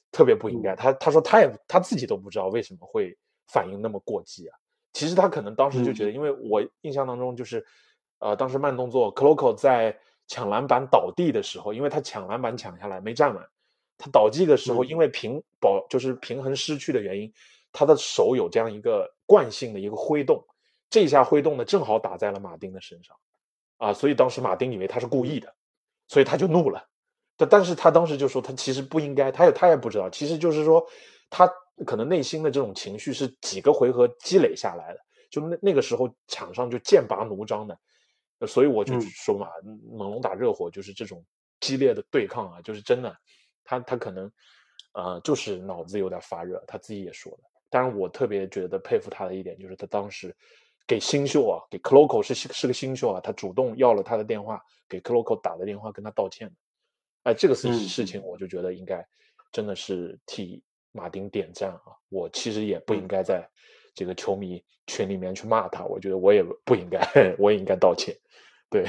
特别不应该。他说他自己都不知道为什么会反应那么过激啊。其实他可能当时就觉得，因为我印象当中就是，当时慢动作 Kloko 在抢篮板倒地的时候，因为他抢篮板抢下来没站稳，他倒地的时候因为就是平衡失去的原因，他的手有这样一个惯性的一个挥动，这一下挥动呢正好打在了马丁的身上，啊，所以当时马丁以为他是故意的，所以他就怒了。但是他当时就说他其实不应该，他也不知道，其实就是说他可能内心的这种情绪是几个回合积累下来的，就那个时候场上就剑拔弩张的，所以我就说嘛，猛龙打热火就是这种激烈的对抗啊，就是真的，他可能就是脑子有点发热，他自己也说了。当然我特别觉得佩服他的一点就是他当时给新秀啊，给 Kloko 是个新秀啊，他主动要了他的电话，给 Kloko 打的电话跟他道歉。哎，这个事情我就觉得应该真的是替马丁点赞啊！我其实也不应该在这个球迷群里面去骂他，我觉得我也不应该，我也应该道歉。对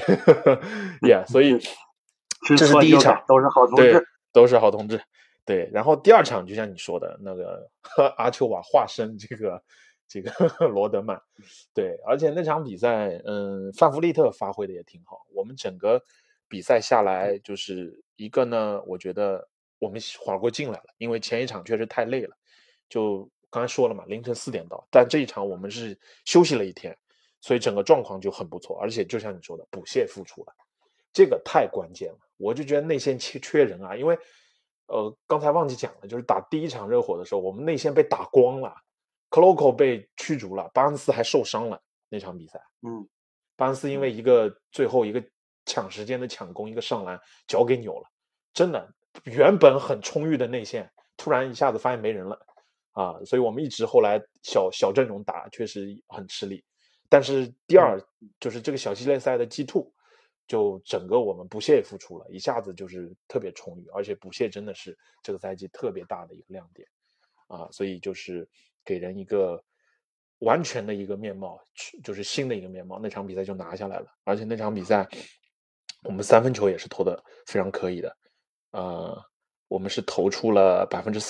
，yeah， 所以这是第一场， 都是好同志， 对，都是好同志。对，然后第二场就像你说的那个阿丘瓦化身这个罗德曼，对，而且那场比赛，范弗利特发挥的也挺好。我们整个比赛下来，就是一个呢，我觉得我们缓过劲来了，因为前一场确实太累了，就刚才说了嘛，凌晨4点到，但这一场我们是休息了一天，所以整个状况就很不错，而且就像你说的，补谢复出了，这个太关键了。我就觉得内线缺人啊，因为刚才忘记讲了，就是打第一场热火的时候，我们内线被打光了。Kloko 被驱逐了，巴恩斯还受伤了那场比赛。巴恩斯因为最后一个抢时间的抢攻，一个上篮脚给扭了，真的原本很充裕的内线，突然一下子发现没人了啊！所以我们一直后来小阵容打确实很吃力。但是第二就是这个小系列赛的G2，就整个我们补谢也复出了，一下子就是特别充裕，而且补谢真的是这个赛季特别大的一个亮点啊！所以就是给人一个完全的一个面貌，就是新的一个面貌。那场比赛就拿下来了，而且那场比赛我们三分球也是投的非常可以的，我们是投出了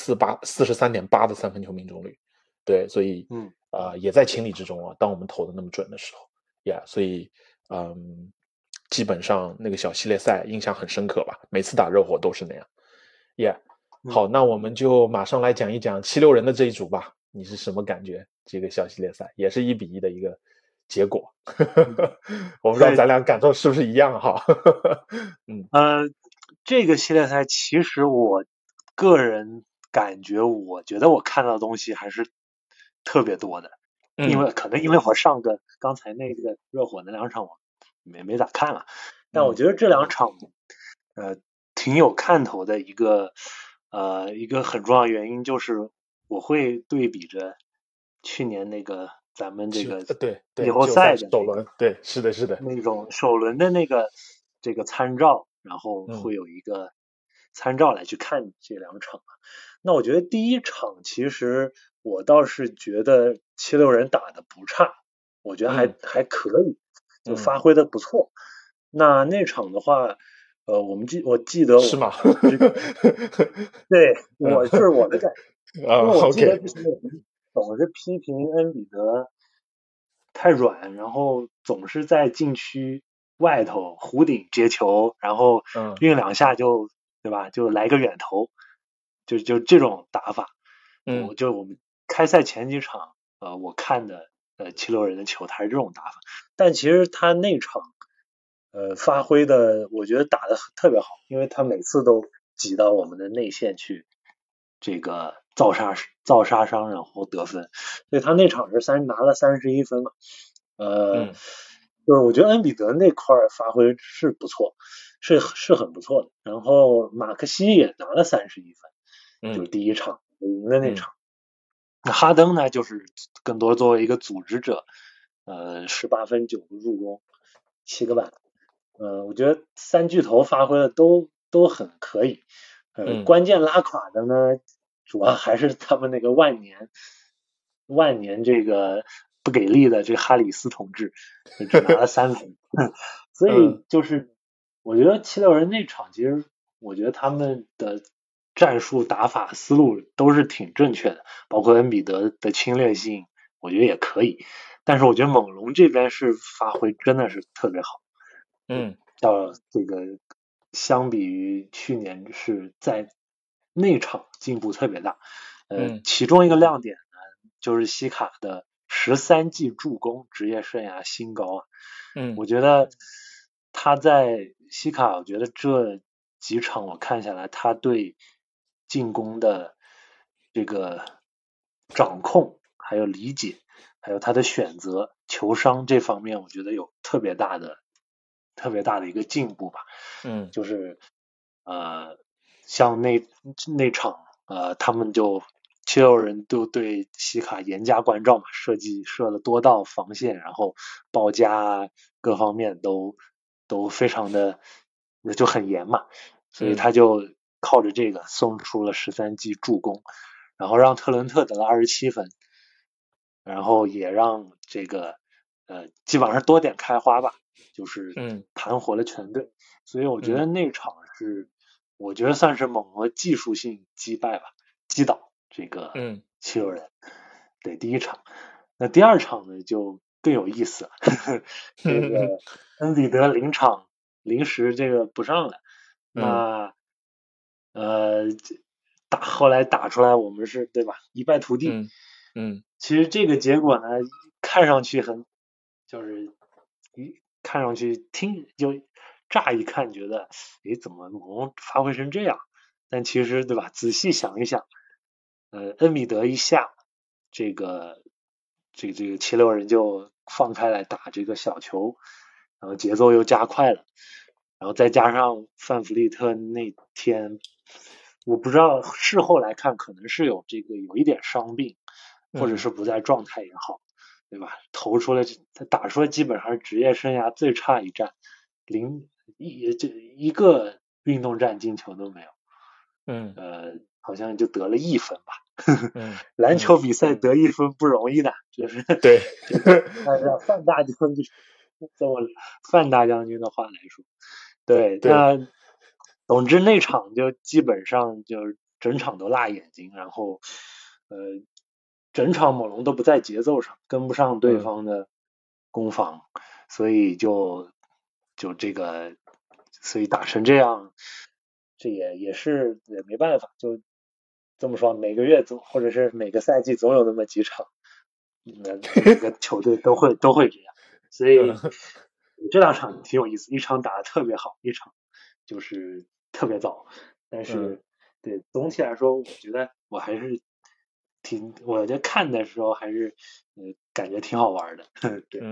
43.8%的三分球命中率，对，所以也在情理之中啊。当我们投的那么准的时候，yeah， 所以基本上那个小系列赛印象很深刻吧，每次打热火都是那样，yeah。好，那我们就马上来讲一讲76人的这一组吧。你是什么感觉？这个小系列赛也是1-1的一个结果，我不知道咱俩感受是不是一样哈。 这个系列赛其实我个人感觉，我觉得我看到的东西还是特别多的，因为我刚才那个热火那2场我没咋看了，但我觉得这2场挺有看头的一个很重要的原因就是我会对比着去年那个咱们这个季后赛的首轮，对，是的， 那种首轮的这个参照，然后会有一个参照来去看这2场。那我觉得第一场其实我倒是觉得76人打得不差，我觉得还可以，就发挥的不错。那场的话我记得是吗？ 对，这是我的感觉，因为我记得之前总是批评恩比德太软，然后总是在禁区外头弧顶接球，然后运2下就对吧？就来个远投，就这种打法。就我们开赛前几场我看的76人的球，他是这种打法，但其实他那场发挥的我觉得打得特别好，因为他每次都挤到我们的内线去这个造杀伤然后得分，所以他那场是拿了31分嘛。就是我觉得恩比德那块发挥是不错，是很不错的。然后马克西也拿了31分，就是第一场赢的那场。那哈登呢，就是更多作为一个组织者，18分9个助攻7个板。我觉得3巨头发挥的都很可以。关键拉垮的呢，主要还是他们那个万年这个不给力的这个哈里斯同志，只拿了3分。所以就是我觉得76人那场，其实我觉得他们的战术打法思路都是挺正确的，包括恩比德的侵略性，我觉得也可以。但是我觉得猛龙这边是发挥真的是特别好，到这个相比于去年是在内场进步特别大。其中一个亮点呢，就是西卡的13记助攻，职业生涯新高啊。我觉得他在西卡，我觉得这几场我看下来，他对进攻的这个掌控，还有理解，还有他的选择、球商这方面，我觉得有特别大的一个进步吧。就是像那场他们就76人都对西卡严加关照嘛，设了多道防线，然后报价各方面都非常的就很严嘛，所以他就靠着这个送出了13记助攻，然后让特伦特得了27分，然后也让这个基本上多点开花吧，就是盘活了全队。所以我觉得那场是我觉得算是猛龙技术性击倒这个76人。对，第一场。那第二场呢就更有意思了，这个恩比德临时这个不上了，那后来打出来我们是对吧一败涂地。其实这个结果呢看上去就乍一看觉得怎么猛龙发挥成这样，但其实对吧仔细想一想，恩比德一下这个76人就放开来打这个小球，然后节奏又加快了，然后再加上范弗利特那天我不知道事后来看可能是有一点伤病，或者是不在状态也好，对吧，他打出了基本上是职业生涯最差一战，一个运动战进球都没有。好像就得了1分吧。篮球比赛得1分不容易的，就是对。 按照范大将军的话来说，对。那总之那场就基本上就整场都辣眼睛，然后整场猛龙都不在节奏上，跟不上对方的攻防，所以就这个，所以打成这样，这也是也没办法，就这么说，每个月或者是每个赛季总有那么几场，每个球队都会这样，所以这2场挺有意思，一场打得特别好，一场就是特别糟，但是对总体来说，我觉得我还是我在看的时候还是感觉挺好玩的。对。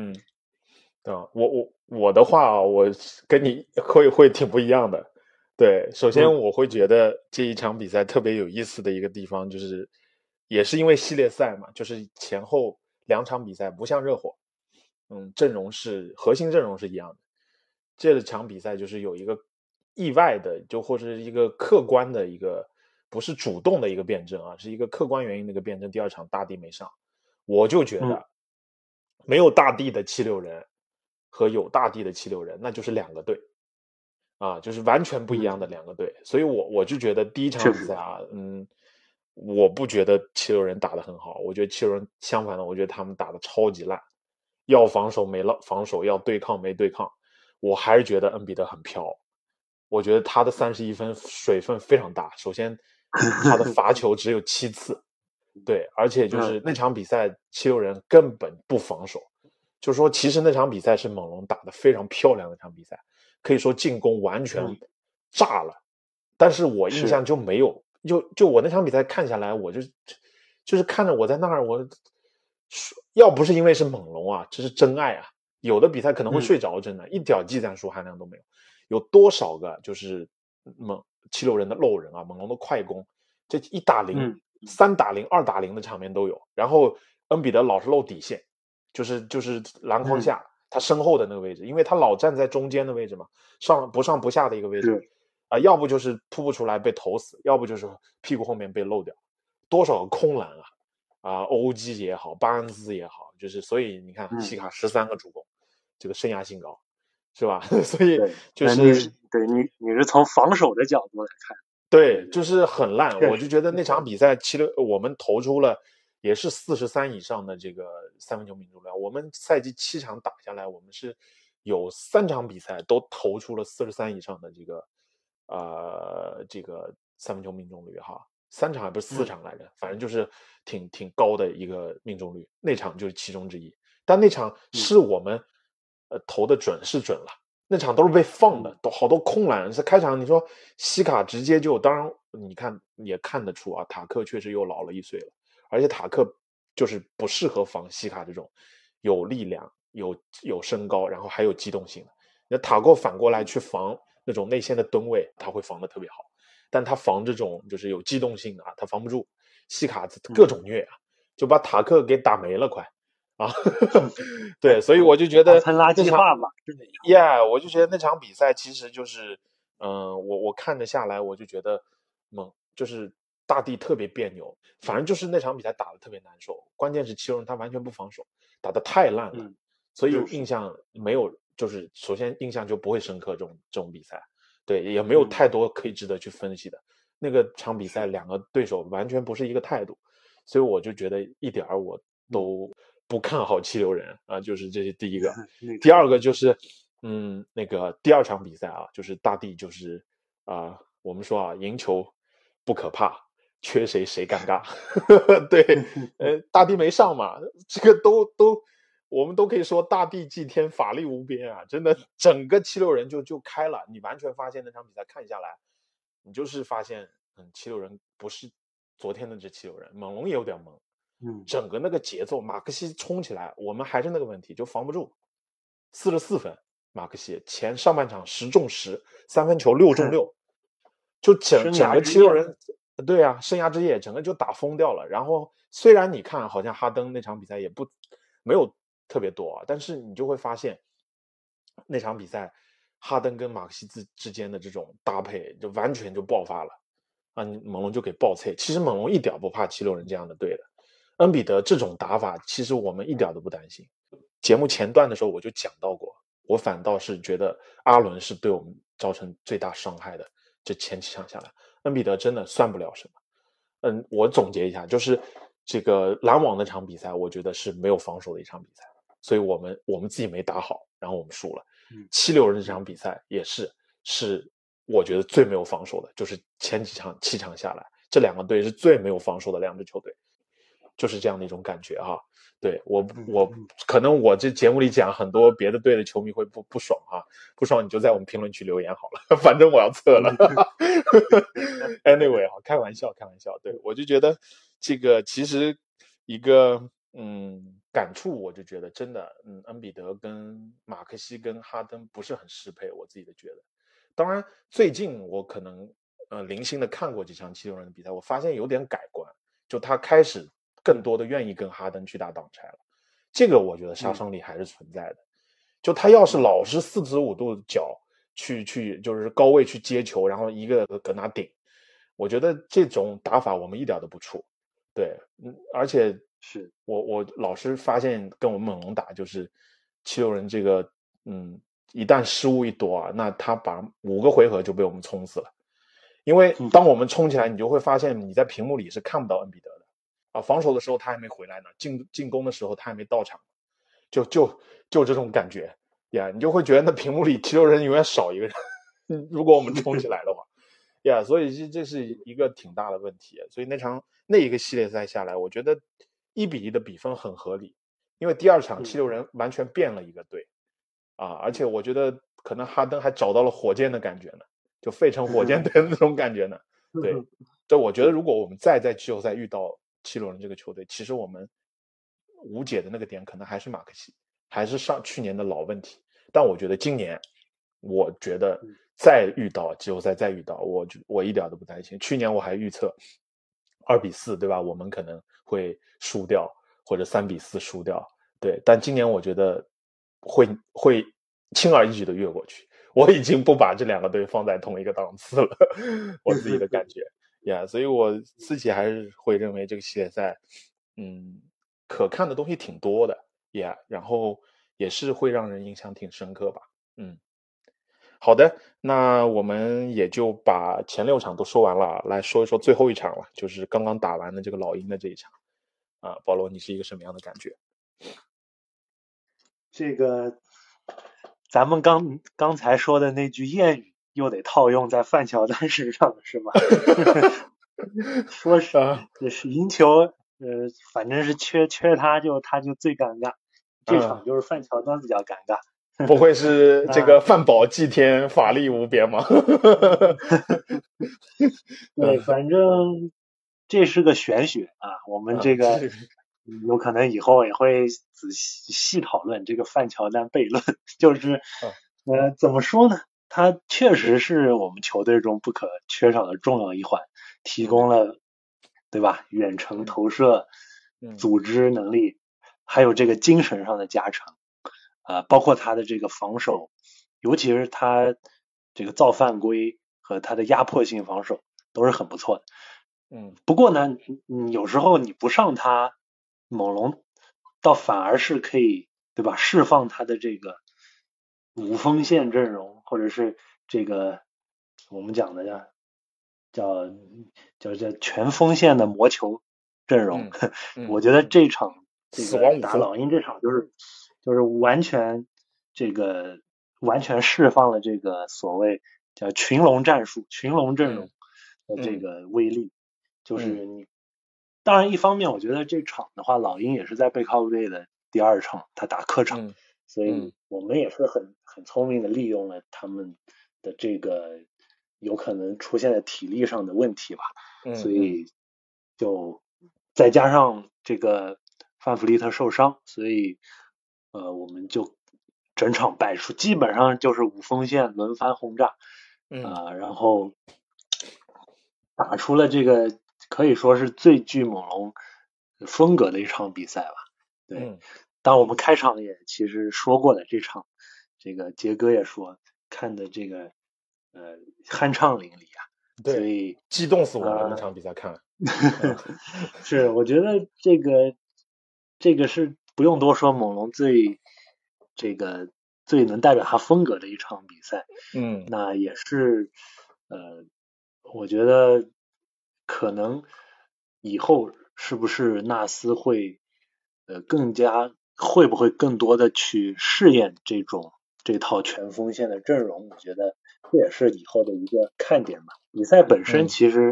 我的话我跟你会挺不一样的。对，首先我会觉得这一场比赛特别有意思的一个地方就是也是因为系列赛嘛，就是前后2场比赛不像热火，核心阵容是一样的。这场比赛就是有一个意外的，就或者是一个客观的一个不是主动的一个辩证啊，是一个客观原因的一个辩证。第2场大帝没上，我就觉得没有大帝的76人和有大帝的76人那就是2个队啊，就是完全不一样的2个队。所以我就觉得第一场比赛啊，我不觉得76人打得很好，我觉得76人相反的，我觉得他们打得超级烂，要防守没防守，要对抗没对抗。我还是觉得恩比德很飘，我觉得他的31分水分非常大。首先他的罚球只有7次，对，而且就是那场比赛76人根本不防守，就是说其实那场比赛是猛龙打得非常漂亮的一场比赛，可以说进攻完全炸了，但是我印象就没有，就我那场比赛看下来，我就是看着我在那儿，我要不是因为是猛龙啊，这是真爱啊。有的比赛可能会睡着，真的一点技战术含量都没有。有多少个就是76人的漏人啊，猛龙的快攻，这1打0、3打0、2打0的场面都有。然后恩比德老是漏底线，就是篮筐下他身后的那个位置，因为他老站在中间的位置嘛，不上不下的一个位置要不就是突不出来被投死，要不就是屁股后面被漏掉，多少个空篮啊欧基也好，巴恩斯也好，就是所以你看西卡13个助攻，这个生涯新高，是吧？所以就是你是从防守的角度来看， 对，就是很烂。我就觉得那场比赛我们投出了也是43以上的这个三分球命中率。我们赛季7场打下来，我们是有3场比赛都投出了43以上的这个三分球命中率哈。3场还不是4场来着，反正就是挺高的一个命中率。那场就是其中之一，但那场是我们投的准是准了。那场都是被放的，都好多空篮。是开场你说西卡直接就，当然你看也看得出啊，塔克确实又老了1岁了，而且塔克就是不适合防西卡这种有力量、有身高，然后还有机动性的。那塔克反过来去防那种内线的吨位，他会防得特别好，但他防这种就是有机动性的啊，他防不住。西卡各种虐啊，就把塔克给打没了快。啊，对，所以我就觉得垃圾话嘛我就觉得那场比赛其实就是，我看着下来，我就觉得就是大地特别别扭，反正就是那场比赛打得特别难受，关键是7六人他完全不防守，打得太烂了，所以印象没有，就是首先印象就不会深刻这种比赛，对，也没有太多可以值得去分析的。那个场比赛两个对手完全不是一个态度，所以我就觉得一点我都不看好7六人啊，就是这是第一个。第二个就是那个第2场比赛啊，就是大地就是我们说啊，赢球不可怕，缺谁尴尬。对，大地没上嘛，这个我们都可以说大地祭天，法力无边啊！真的，整个7六人就开了，你完全发现那场比赛看下来，你就是发现7六人不是昨天的这7六人，猛龙也有点懵。整个那个节奏，马克西冲起来，我们还是那个问题，就防不住。44分，马克西上半场10中10，三分球6中6，就整个7六人，对啊，生涯之夜，整个就打疯掉了。然后虽然你看好像哈登那场比赛也没有特别多啊，但是你就会发现那场比赛哈登跟马克西之间的这种搭配就完全就爆发了啊！猛龙就给爆脆。其实猛龙一点不怕7六人这样的队的。恩比德这种打法，其实我们一点都不担心。节目前段的时候我就讲到过，我反倒是觉得阿伦是对我们造成最大伤害的。这前7场下来，恩比德真的算不了什么。我总结一下，就是这个篮网那场比赛，我觉得是没有防守的一场比赛，所以我们自己没打好，然后我们输了。7六人这场比赛也是我觉得最没有防守的，就是前7场下来，这2个队是最没有防守的2支球队。就是这样的一种感觉哈，对我可能我这节目里讲很多别的队的球迷会不爽哈，不爽你就在我们评论区留言好了，反正我要测了。Anyway 开玩笑，对，我就觉得这个其实一个感触，我就觉得真的恩比德跟马克西跟哈登不是很适配，我自己的觉得。当然最近我可能零星的看过几场7六人的比赛，我发现有点改观，就他开始更多的愿意跟哈登去打挡拆了，这个我觉得杀伤力还是存在的。就他要是老是45度角去就是高位去接球，然后一个搁那顶，我觉得这种打法我们一点都不怵。对，而且是我老是发现跟我们猛龙打，就是7六人这个一旦失误一多啊，那他把5个回合就被我们冲死了。因为当我们冲起来，你就会发现你在屏幕里是看不到恩比德的。防守的时候他还没回来呢，进攻的时候他还没到场，就这种感觉呀，你就会觉得那屏幕里7六人永远少一个人。如果我们冲起来的话，呀，所以这是一个挺大的问题。所以那一个系列赛下来，我觉得1-1的比分很合理，因为第2场7六人完全变了一个队而且我觉得可能哈登还找到了火箭的感觉呢，就费城火箭队的那种感觉呢。对，这我觉得如果我们再在季后赛遇到7六人这个球队，其实我们无解的那个点可能还是马克西，还是去年的老问题。但我觉得今年，我觉得再遇到季后赛再遇到，我一点都不担心。去年我还预测2-4，对吧？我们可能会输掉，或者3-4输掉。对，但今年我觉得会轻而易举的越过去。我已经不把这2个队放在同一个档次了，我自己的感觉。所以我自己还是会认为这个系列赛可看的东西挺多的然后也是会让人印象挺深刻吧。 好的，那我们也就把前6场都说完了，来说一说最后一场了，就是刚刚打完的这个老鹰的这一场。保罗，你是一个什么样的感觉？ 这个咱们刚才说的那句谚语又得套用在范乔丹身上了，是吧？说是赢球，反正是缺他就最尴尬。这场就是范乔丹比较尴尬。 不会是这个范宝祭天，法力无边吗？ 对，反正这是个玄学啊，我们这个有可能以后也会仔细讨论这个范乔丹悖论，就是怎么说呢？他确实是我们球队中不可缺少的重要一环，提供了对吧？远程投射、组织能力，还有这个精神上的加成。包括他的这个防守，尤其是他这个造犯规和他的压迫性防守都是很不错的。不过呢，有时候你不上他，猛龙倒反而是可以，对吧？释放他的这个五锋线阵容，或者是这个我们讲的叫全锋线的魔球阵容。我觉得这场这个打老鹰这场就是完全释放了这个所谓叫群龙战术、群龙阵容的这个威力。就是你，当然一方面我觉得这场的话，老鹰也是在背靠背的第2场，他打客场，所以我们也是很聪明的利用了他们的这个有可能出现的体力上的问题吧。所以就再加上这个范弗利特受伤，所以我们就整场败出，基本上就是五锋线轮番轰炸，然后打出了这个可以说是最具猛龙风格的一场比赛吧。对，当我们开场也其实说过的，这场这个杰哥也说看的这个酣畅淋漓啊， 对， 所以激动死我了，那场比赛看。 是，我觉得这个是不用多说，猛龙最能代表他风格的一场比赛。那也是我觉得可能以后是不是纳斯会会不会更多的去试验这套全锋线的阵容，我觉得这也是以后的一个看点吧。比赛本身其实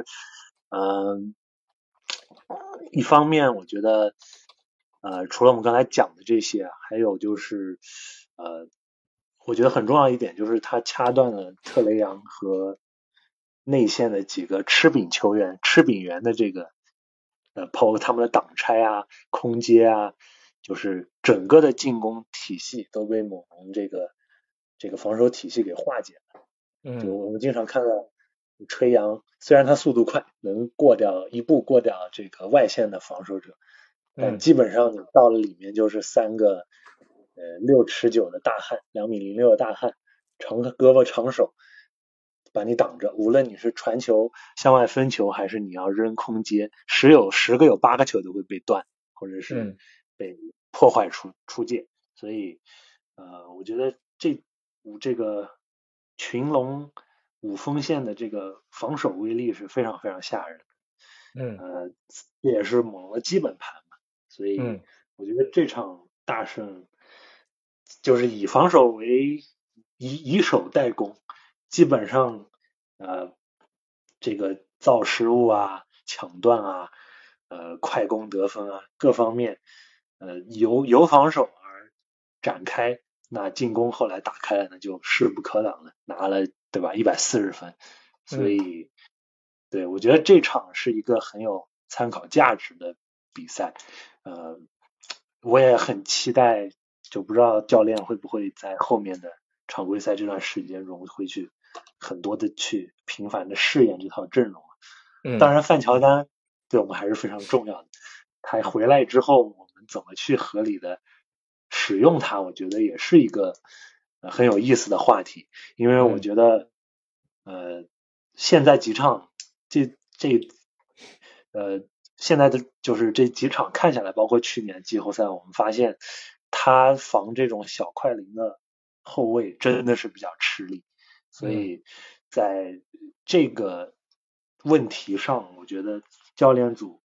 一方面我觉得除了我们刚才讲的这些，还有就是我觉得很重要一点就是他掐断了特雷杨和内线的几个吃饼员的这个包括他们的挡拆啊、空接啊，就是整个的进攻体系都被猛龙这个防守体系给化解了。就我们经常看到吹杨，虽然他速度快，能一步过掉这个外线的防守者，但基本上你到了里面就是3个6尺9的大汉，2.06米的大汉，长胳膊长手把你挡着，无论你是传球向外分球还是你要扔空接，10个有8个球都会被断，或者是被破坏出界。所以我觉得这个群龙五锋线的这个防守威力是非常非常吓人的。这也是猛龙的基本盘嘛。所以我觉得这场大胜就是以防守为以守代攻，基本上这个造失误啊、抢断啊、快攻得分啊各方面由防守而展开，那进攻后来打开了，那就势不可挡了，拿了对吧140分。所以对，我觉得这场是一个很有参考价值的比赛。我也很期待，就不知道教练会不会在后面的常规赛这段时间中会去很多的去频繁的试验这套阵容。当然范乔丹对我们还是非常重要的，他回来之后我们怎么去合理的使用他，我觉得也是一个很有意思的话题。因为我觉得现在几场现在的就是这几场看下来，包括去年季后赛，我们发现他防这种小快灵的后卫真的是比较吃力。 所以在这个问题上，我觉得教练组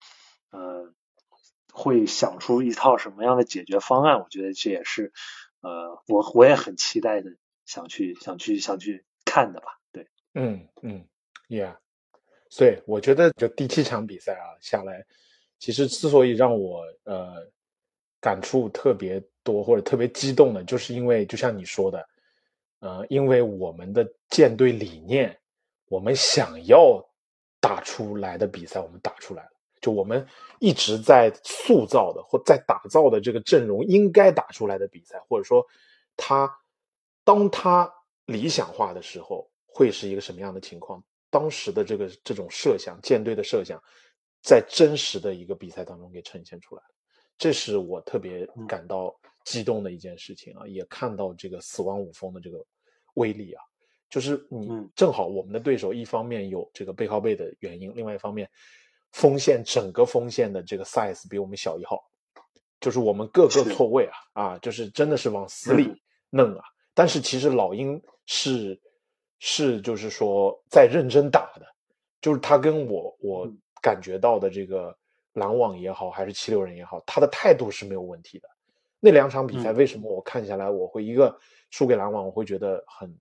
会想出一套什么样的解决方案，我觉得这也是我也很期待的，想去看的吧。对， yeah， 所以我觉得就第7场比赛啊下来，其实之所以让我感触特别多或者特别激动的，就是因为就像你说的，因为我们的舰队理念，我们想要打出来的比赛，我们打出来了。就我们一直在塑造的或在打造的这个阵容应该打出来的比赛，或者说当他理想化的时候会是一个什么样的情况，当时的这种设想，舰队的设想在真实的一个比赛当中给呈现出来了，这是我特别感到激动的一件事情啊，也看到这个死亡五锋的这个威力啊，就是你正好我们的对手一方面有这个背靠背的原因，另外一方面整个锋线的这个 size 比我们小1号，就是我们各个错位就是真的是往死里弄啊。但是其实老鹰是就是说在认真打的，就是他跟我感觉到的这个篮网也好，还是76人也好，他的态度是没有问题的。那2场比赛为什么我看下来我会一个输给篮网，我会觉得很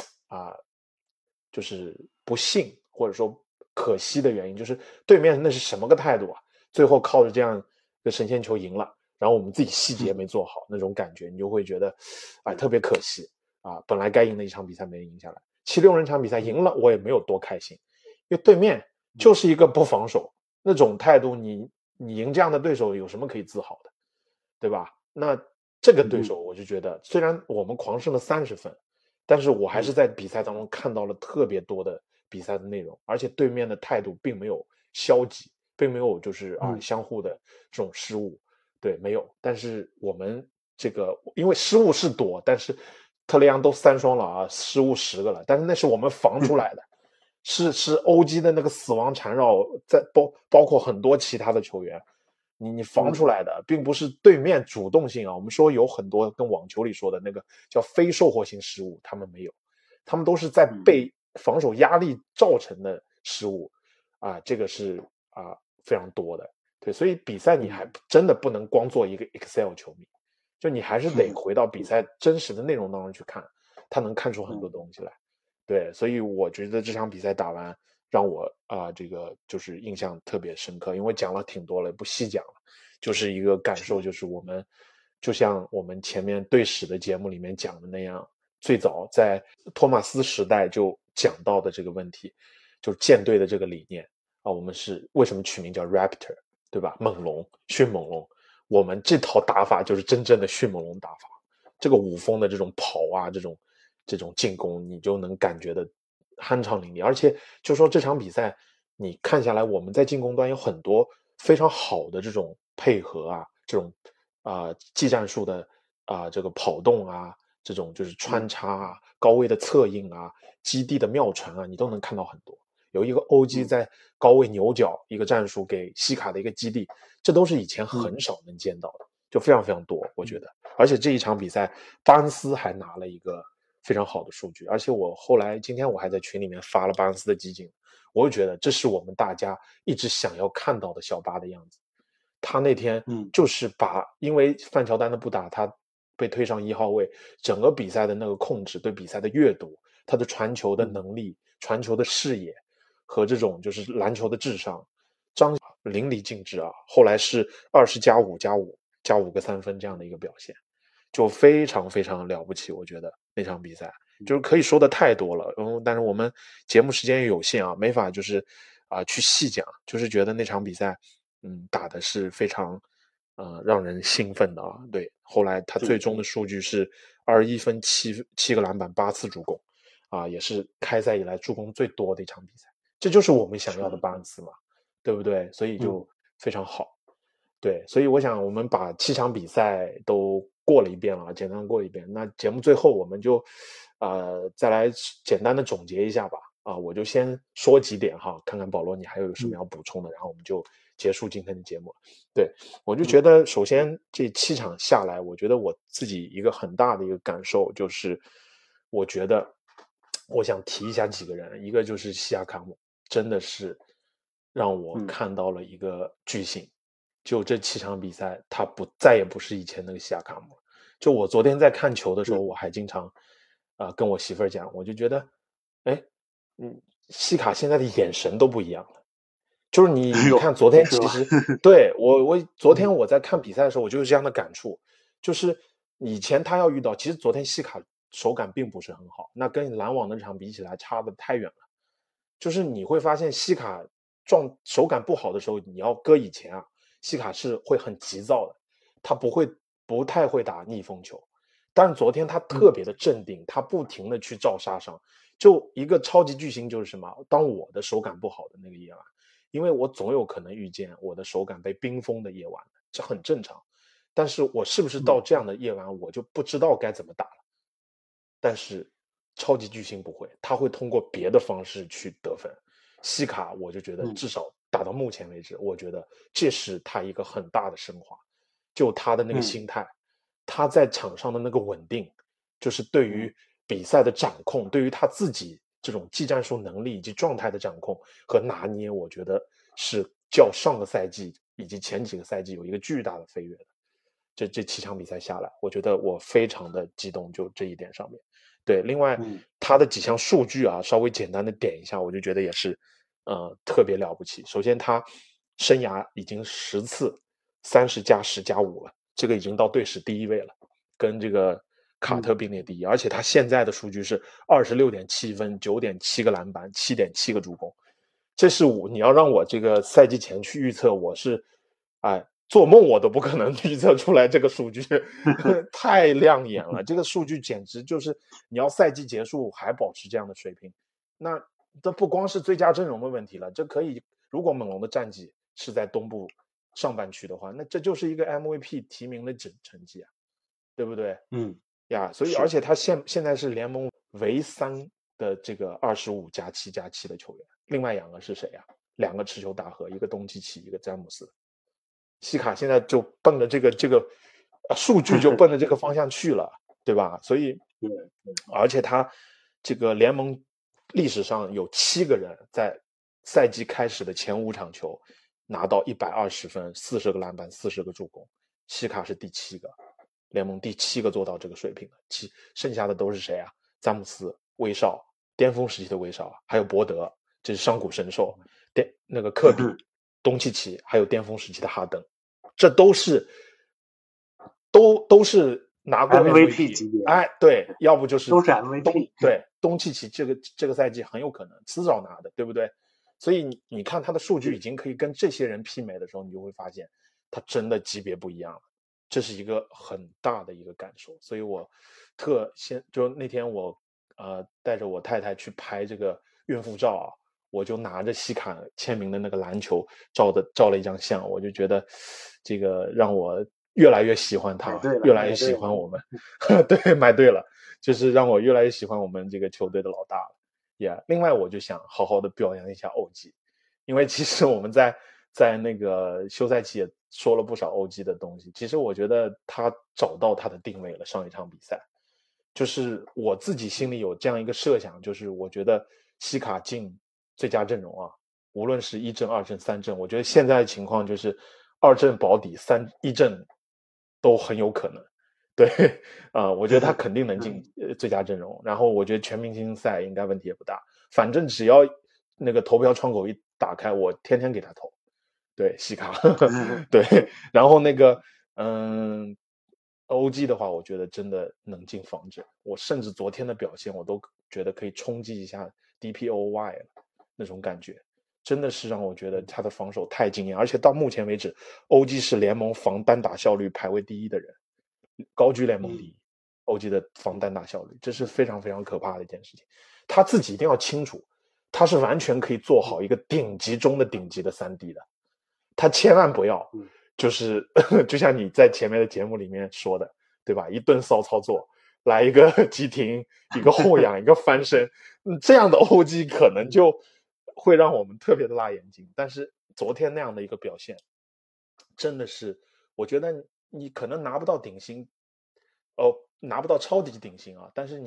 就是不幸或者说可惜的原因，就是对面那是什么个态度啊？最后靠着这样个神仙球赢了，然后我们自己细节没做好，那种感觉你就会觉得特别可惜啊！本来该赢的一场比赛没赢下来，76人场比赛赢了我也没有多开心，因为对面就是一个不防守那种态度，你赢这样的对手有什么可以自豪的，对吧？那这个对手我就觉得，虽然我们狂胜了30分，但是我还是在比赛当中看到了特别多的比赛的内容，而且对面的态度并没有消极，并没有就是相互的这种失误，对，没有。但是我们这个因为失误是多，但是特雷杨都3双了失误10个了，但是那是我们防出来的，是 OG 的那个死亡缠绕，在包括很多其他的球员。你防出来的，并不是对面主动性啊。我们说有很多跟网球里说的那个叫非受迫性失误，他们没有，他们都是在被防守压力造成的失误这个是非常多的。对，所以比赛你还真的不能光做一个 Excel 球迷，就你还是得回到比赛真实的内容当中去看，他能看出很多东西来。对，所以我觉得这场比赛打完，让我这个就是印象特别深刻，因为讲了挺多了，不细讲了，就是一个感受，就是我们就像我们前面队史的节目里面讲的那样，最早在托马斯时代就讲到的这个问题，就是舰队的这个理念我们是为什么取名叫 Raptor， 对吧？猛龙，迅猛龙，我们这套打法就是真正的迅猛龙打法，这个五锋的这种跑这种进攻，你就能感觉的酣畅淋漓。而且就说这场比赛你看下来，我们在进攻端有很多非常好的这种配合这种技战术的这个跑动这种就是穿插高位的策应基地的妙传你都能看到很多。有一个 OG 在高位扭脚一个战术给西卡的一个基地，这都是以前很少能见到的，就非常非常多，我觉得。而且这一场比赛巴恩斯还拿了一个非常好的数据，而且我后来今天我还在群里面发了巴恩斯的集锦，我就觉得这是我们大家一直想要看到的小巴的样子。他那天就是因为范乔丹的不打，他被推上1号位，整个比赛的那个控制，对比赛的阅读，他的传球的能力，传球的视野和这种就是篮球的智商淋漓尽致后来是20+5+5+5个3分这样的一个表现，就非常非常了不起。我觉得那场比赛就是可以说的太多了，但是我们节目时间有限没法就是去细讲，就是觉得那场比赛打的是非常让人兴奋的对，后来他最终的数据是21分7个篮板8次助攻也是开赛以来助攻最多的一场比赛，这就是我们想要的巴恩斯嘛，对不对？所以就非常好。对，所以我想我们把7场比赛都过了一遍了，简单过一遍。那节目最后我们就再来简单的总结一下吧我就先说几点看看保罗你还有什么要补充的，然后我们就结束今天的节目。对，我就觉得首先这7场下来，我觉得我自己一个很大的一个感受就是，我觉得我想提一下几个人，一个就是西亚卡姆，真的是让我看到了一个巨星。就这7场比赛，他再也不是以前那个西亚卡姆了。就我昨天在看球的时候，我还经常跟我媳妇儿讲，我就觉得，西卡现在的眼神都不一样了。就是你看昨天，其实对我昨天我在看比赛的时候，我就是这样的感触，就是以前他要遇到，其实昨天西卡手感并不是很好，那跟篮网那场比起来差的太远了。就是你会发现西卡手感不好的时候，你要搁以前啊，西卡是会很急躁的，他不太会打逆风球。但是昨天他特别的镇定，他不停的去照杀伤。就一个超级巨星就是什么？当我的手感不好的那个夜晚，因为我总有可能遇见我的手感被冰封的夜晚，这很正常。但是我是不是到这样的夜晚，我就不知道该怎么打了。但是超级巨星不会，他会通过别的方式去得分。西卡我就觉得至少打到目前为止，我觉得这是他一个很大的升华。就他的那个心态，他在场上的那个稳定，就是对于比赛的掌控，对于他自己这种技战术能力以及状态的掌控和拿捏，我觉得是较上个赛季以及前几个赛季有一个巨大的飞跃的。这7场比赛下来，我觉得我非常的激动，就这一点上面。对，另外他的几项数据啊，稍微简单的点一下，我就觉得也是特别了不起。首先他生涯已经10次30+10+5了，这个已经到队史第1位了，跟这个卡特并列第一。而且他现在的数据是26.7分9.7个篮板7.7个助攻。这是你要让我这个赛季前去预测，我是做梦我都不可能预测出来这个数据太亮眼了。这个数据简直就是你要赛季结束还保持这样的水平，那这不光是最佳阵容的问题了，这可以，如果猛龙的战绩是在东部上半区的话，那这就是一个 MVP 提名的成绩啊，对不对？所以而且他现在是联盟唯3的这个25+7+7的球员，另外2个是谁啊？2个持球大核，一个东契奇，一个詹姆斯。西卡现在就奔着这个数据就奔着这个方向去了，对吧？所以而且他这个联盟历史上有7个人在赛季开始的前5场球拿到120分40个篮板40个助攻，西卡是第7个，联盟第7个做到这个水平的。剩下的都是谁啊？詹姆斯、威少，巅峰时期的威少，还有伯德，这是上古神兽，那个科比、东契奇，还有巅峰时期的哈登，这都是拿过 MVP 级别。 对，要不就是都是 MVP。 对，东契奇这个赛季很有可能迟早拿的，对不对？所以你看他的数据已经可以跟这些人媲美的时候，你就会发现他真的级别不一样了。这是一个很大的一个感受。所以我就那天我带着我太太去拍这个孕妇照啊，我就拿着西卡签名的那个篮球照了一张相，我就觉得这个让我越来越喜欢他，越来越喜欢我们。对，买对了，就是让我越来越喜欢我们这个球队的老大了。另外我就想好好的表扬一下OG，因为其实我们在那个休赛期也说了不少OG的东西。其实我觉得他找到他的定位了。上一场比赛就是我自己心里有这样一个设想，就是我觉得西卡进最佳阵容啊，无论是1阵2阵3阵，我觉得现在的情况就是2阵保底1阵都很有可能。对我觉得他肯定能进最佳阵容，然后我觉得全明星赛应该问题也不大，反正只要那个投票窗口一打开，我天天给他投。对，西卡对，然后那个OG 的话，我觉得真的能进防阵，我甚至昨天的表现我都觉得可以冲击一下 DPOY 了，那种感觉真的是让我觉得他的防守太惊艳。而且到目前为止 OG 是联盟防单打效率排位第1的人，高居联盟第1。OG 的防单打效率，这是非常非常可怕的一件事情。他自己一定要清楚，他是完全可以做好一个顶级中的顶级的3D 的，他千万不要就是就像你在前面的节目里面说的，对吧？一顿骚操作，来一个急停，一个后仰，一个翻身，这样的 OG 可能就会让我们特别的辣眼睛。但是昨天那样的一个表现，真的是我觉得你可能拿不到顶薪，拿不到超级顶薪啊，但是你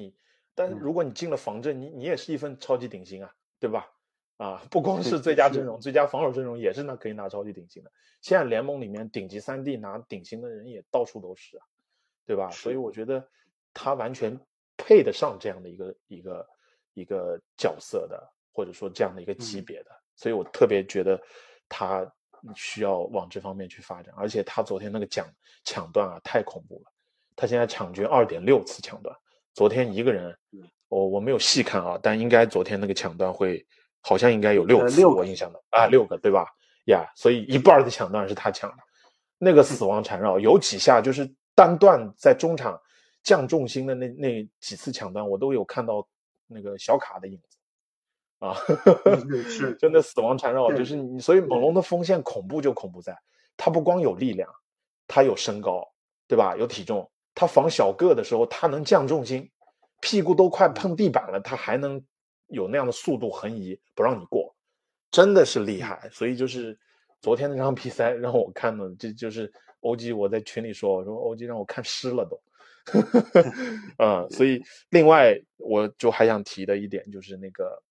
但是如果你进了防阵，你也是一份超级顶薪啊，对吧？啊，不光是最佳阵容，最佳防守阵容也是可以拿超级顶薪的。现在联盟里面顶级3D 拿顶薪的人也到处都是啊，对吧？所以我觉得他完全配得上这样的一个角色的，或者说这样的一个级别的。所以我特别觉得他需要往这方面去发展。而且他昨天那个抢断啊，太恐怖了。他现在场均 2.6 次抢断，昨天一个人我没有细看啊，但应该昨天那个抢断好像应该有6次，我印象的啊，6个对吧？呀，所以一半的抢断是他抢的。那个死亡缠绕有几下就是单段在中场降重心的那几次抢断，我都有看到那个小卡的影子啊， 是真的死亡缠绕，就是你。所以猛龙的锋线恐怖就恐怖在，他不光有力量，他有身高，对吧？有体重，他防小个的时候他能降重心，屁股都快碰地板了，他还能有那样的速度横移不让你过，真的是厉害。所以就是昨天那场比赛让我看的，就是欧基，我在群里说欧基让我看湿了都。所以另外我就还想提的一点就是那个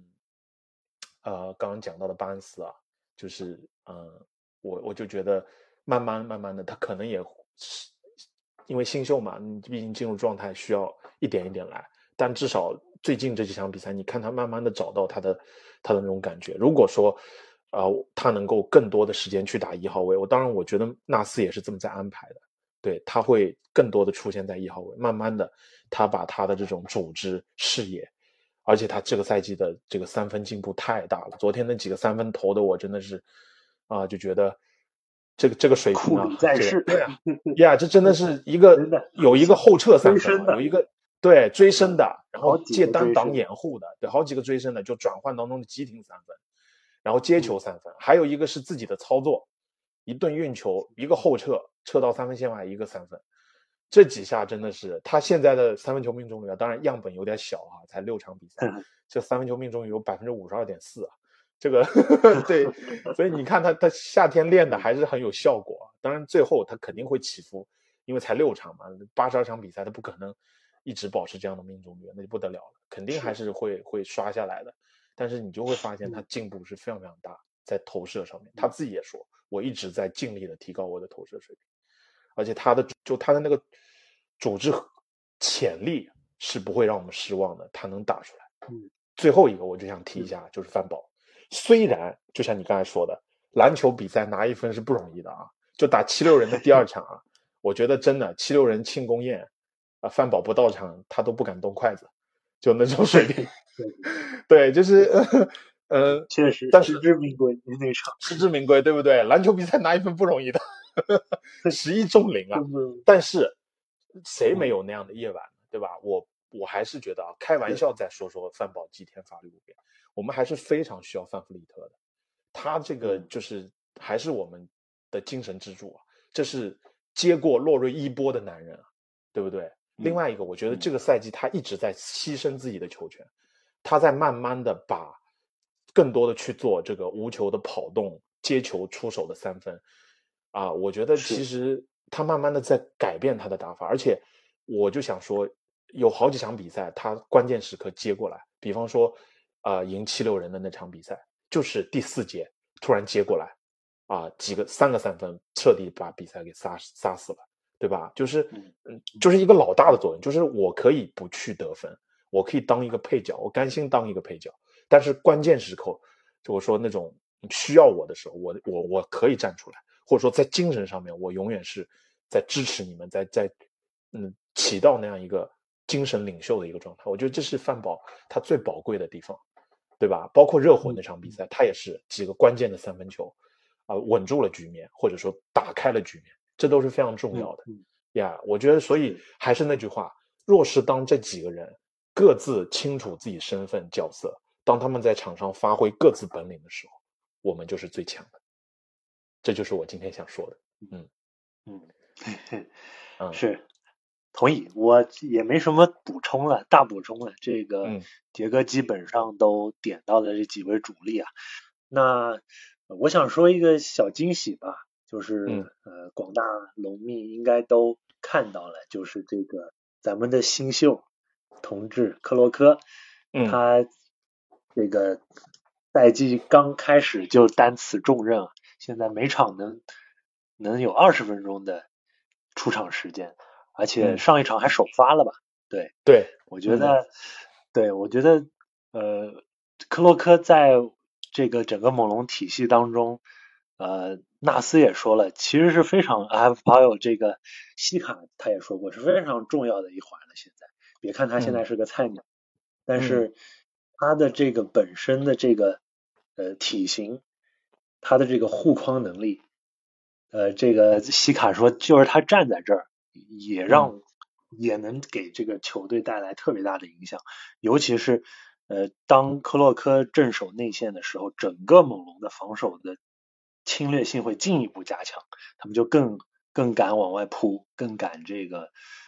刚刚讲到的巴恩斯啊，就是我就觉得慢慢的他可能也是因为新秀嘛，你毕竟进入状态需要一点一点来，但至少最近这几场比赛你看他慢慢的找到他的那种感觉。如果说他能够更多的时间去打1号位，当然我觉得纳斯也是这么在安排的，对，他会更多的出现在1号位，慢慢的他把他的这种组织视野，而且他这个赛季的这个3分进步太大了。昨天那几个3分投的我真的是就觉得这个水平啊，对啊，这真的是有一个后撤3分，有一个对追身的，然后借单挡掩护的，对，好几个追身的就转换当中的急停3分，然后接球3分，还有一个是自己的操作，一顿运球，一个后撤到3分线外，一个3分。这几下真的是他现在的3分球命中率啊，当然样本有点小啊，才6场比赛，这3分球命中率有 52.4%啊，这个对，所以你看他夏天练的还是很有效果。当然最后他肯定会起伏，因为才6场嘛，82场比赛他不可能一直保持这样的命中率，那就不得了了，肯定还是会刷下来的。但是你就会发现他进步是非常非常大，在投射上面，他自己也说，我一直在尽力的提高我的投射水平，而且他的那个组织潜力是不会让我们失望的，他能打出来。最后一个我就想提一下，就是范宝。虽然就像你刚才说的，篮球比赛拿1分是不容易的啊，就打76人的第2场啊，我觉得真的76人庆功宴范宝不到场他都不敢动筷子，就那种水平。对，就是确实， 但是实至名归那场， 实至名归，对不对？篮球比赛拿1分不容易的，11中0啊。但是谁没有那样的夜晚，对吧？我还是觉得开玩笑再说范宝祭天法律不变，我们还是非常需要范弗里特的，他这个就是还是我们的精神支柱啊，这是接过洛瑞衣钵的男人啊，对不对？另外一个，我觉得这个赛季他一直在牺牲自己的球权，他在慢慢的把更多的去做这个无球的跑动、接球、出手的3分我觉得其实他慢慢的在改变他的打法，而且我就想说，有好几场比赛他关键时刻接过来，比方说赢76人的那场比赛，就是第4节突然接过来3个3分，彻底把比赛给杀死了。对吧？就是一个老大的作用，就是我可以不去得分，我可以当一个配角，我甘心当一个配角，但是关键时刻，就我说那种需要我的时候，我可以站出来，或者说在精神上面，我永远是在支持你们，在起到那样一个精神领袖的一个状态。我觉得这是范宝他最宝贵的地方，对吧？包括热火那场比赛，他也是几个关键的3分球稳住了局面，或者说打开了局面。这都是非常重要的我觉得所以还是那句话，若是当这几个人各自清楚自己身份角色，当他们在场上发挥各自本领的时候，我们就是最强的。这就是我今天想说的。是同意，我也没什么大补充了，这个杰哥基本上都点到了这几位主力啊。那我想说一个小惊喜吧，就是广大龙迷应该都看到了，就是这个咱们的新秀同志克洛科，他这个赛季刚开始就担此重任，现在每场能有20分钟的出场时间，而且上一场还首发了吧？ 对， 我觉得克洛科在这个整个猛龙体系当中，纳斯也说了，其实是非常还有这个西卡他也说过是非常重要的一环了。现在别看他现在是个菜鸟，但是他的这个本身的这个体型，他的这个护框能力，这个西卡说就是他站在这儿也能给这个球队带来特别大的影响，尤其是当克洛科镇守内线的时候，整个猛龙的防守的侵略性会进一步加强，他们就更敢往外扑，更敢这个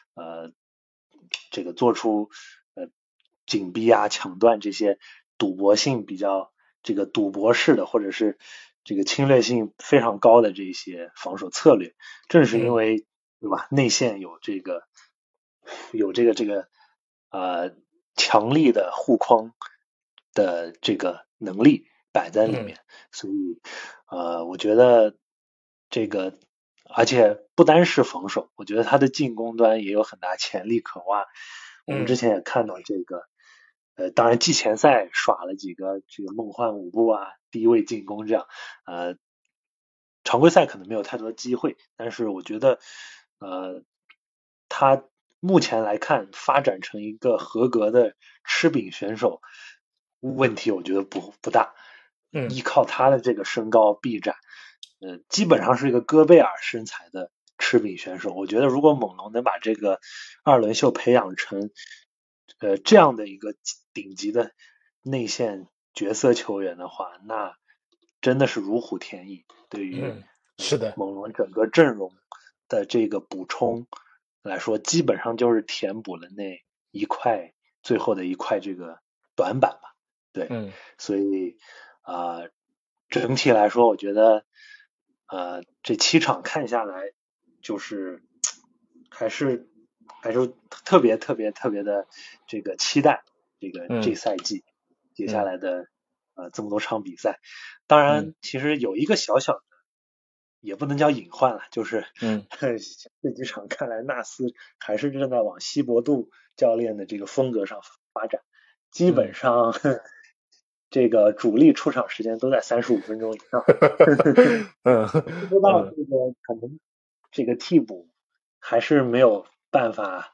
做出紧逼啊、抢断这些赌博性比较这个赌博式的，或者是这个侵略性非常高的这些防守策略。正是因为对吧，内线有这个强力的护框的这个能力摆在里面，所以我觉得这个而且不单是防守，我觉得他的进攻端也有很大潜力可挖。我们之前也看到这个当然季前赛耍了几个这个梦幻5步啊，低位进攻这样，常规赛可能没有太多机会，但是我觉得他目前来看发展成一个合格的吃饼选手，问题我觉得不大。依靠他的这个身高臂展，基本上是一个戈贝尔身材的吃饼选手。我觉得如果猛龙能把这个2轮秀培养成这样的一个顶级的内线角色球员的话，那真的是如虎添翼。对于是的， 猛龙整个阵容的这个补充来说，基本上就是填补了那最后的一块这个短板吧。对，所以整体来说，我觉得这7场看下来，就是还是特别的这个期待这赛季接下来的这么多场比赛。当然，其实有一个小小的，也不能叫隐患了，就是这几场看来纳斯还是正在往希伯杜教练的这个风格上发展，基本上这个主力出场时间都在35分钟以上。不知道这个可能这个替补还是没有办法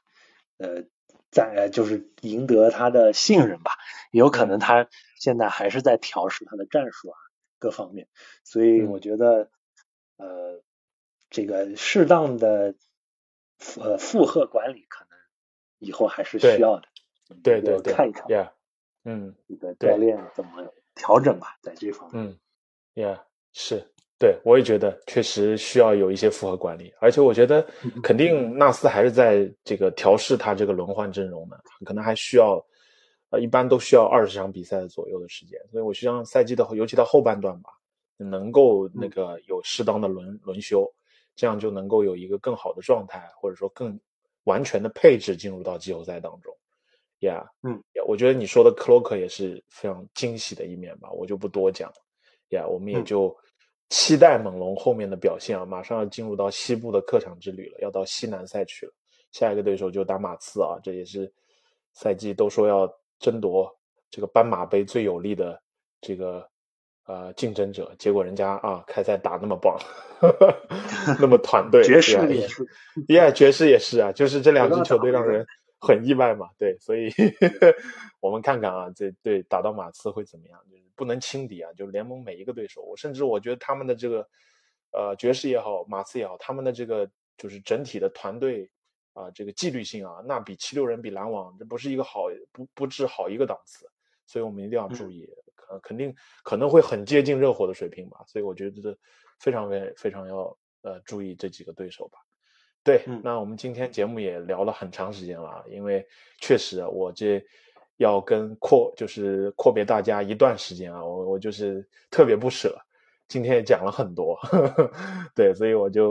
就是赢得他的信任吧，也有可能他现在还是在调试他的战术啊各方面，所以我觉得这个适当的负荷管理可能以后还是需要的。 对， 看一看这个教练怎么调整吧，在这方面。 是，对，我也觉得确实需要有一些负荷管理，而且我觉得肯定纳斯还是在这个调试他这个轮换阵容的，可能还需要一般都需要20场比赛左右的时间，所以我希望赛季的尤其到后半段吧，能够那个有适当的轮休，这样就能够有一个更好的状态，或者说更完全的配置进入到季后赛当中。我觉得你说的克洛克也是非常惊喜的一面吧，我就不多讲了。我们也就期待猛龙后面的表现啊，马上要进入到西部的客场之旅了，要到西南赛去了，下一个对手就打马刺啊，这也是赛季都说要争夺这个斑马杯最有力的这个竞争者，结果人家开赛打那么棒那么团队爵士也是爵士也是啊，就是这两支球队让人很意外嘛，对，所以我们看看啊，这对打到马刺会怎么样，就是不能轻敌啊，就联盟每一个对手，甚至我觉得他们的这个爵士也好，马刺也好，他们的这个就是整体的团队这个纪律性啊，那比76人比篮网这不是一个不止好一个档次，所以我们一定要注意，肯定可能会很接近热火的水平吧，所以我觉得非常非常要注意这几个对手吧。对，那我们今天节目也聊了很长时间了，因为确实我这要就是阔别大家一段时间啊，我就是特别不舍，今天也讲了很多对，所以我就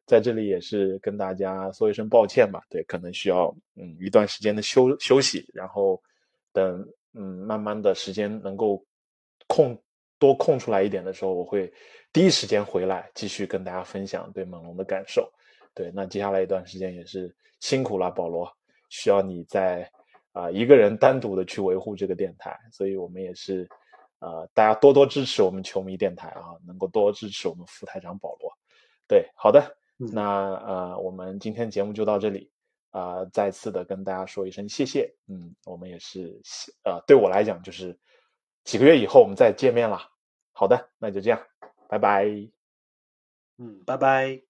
在这里也是跟大家说一声抱歉吧，对，可能需要一段时间的休息，然后等慢慢的时间能够多空出来一点的时候，我会第一时间回来继续跟大家分享对猛龙的感受。对，那接下来一段时间也是辛苦了，保罗，需要你在一个人单独的去维护这个电台，所以我们也是大家多多支持我们球迷电台啊，能够多支持我们副台长保罗。对，好的，那我们今天节目就到这里再次的跟大家说一声谢谢。我们也是对我来讲就是几个月以后我们再见面了。好的，那就这样，拜拜。 拜拜。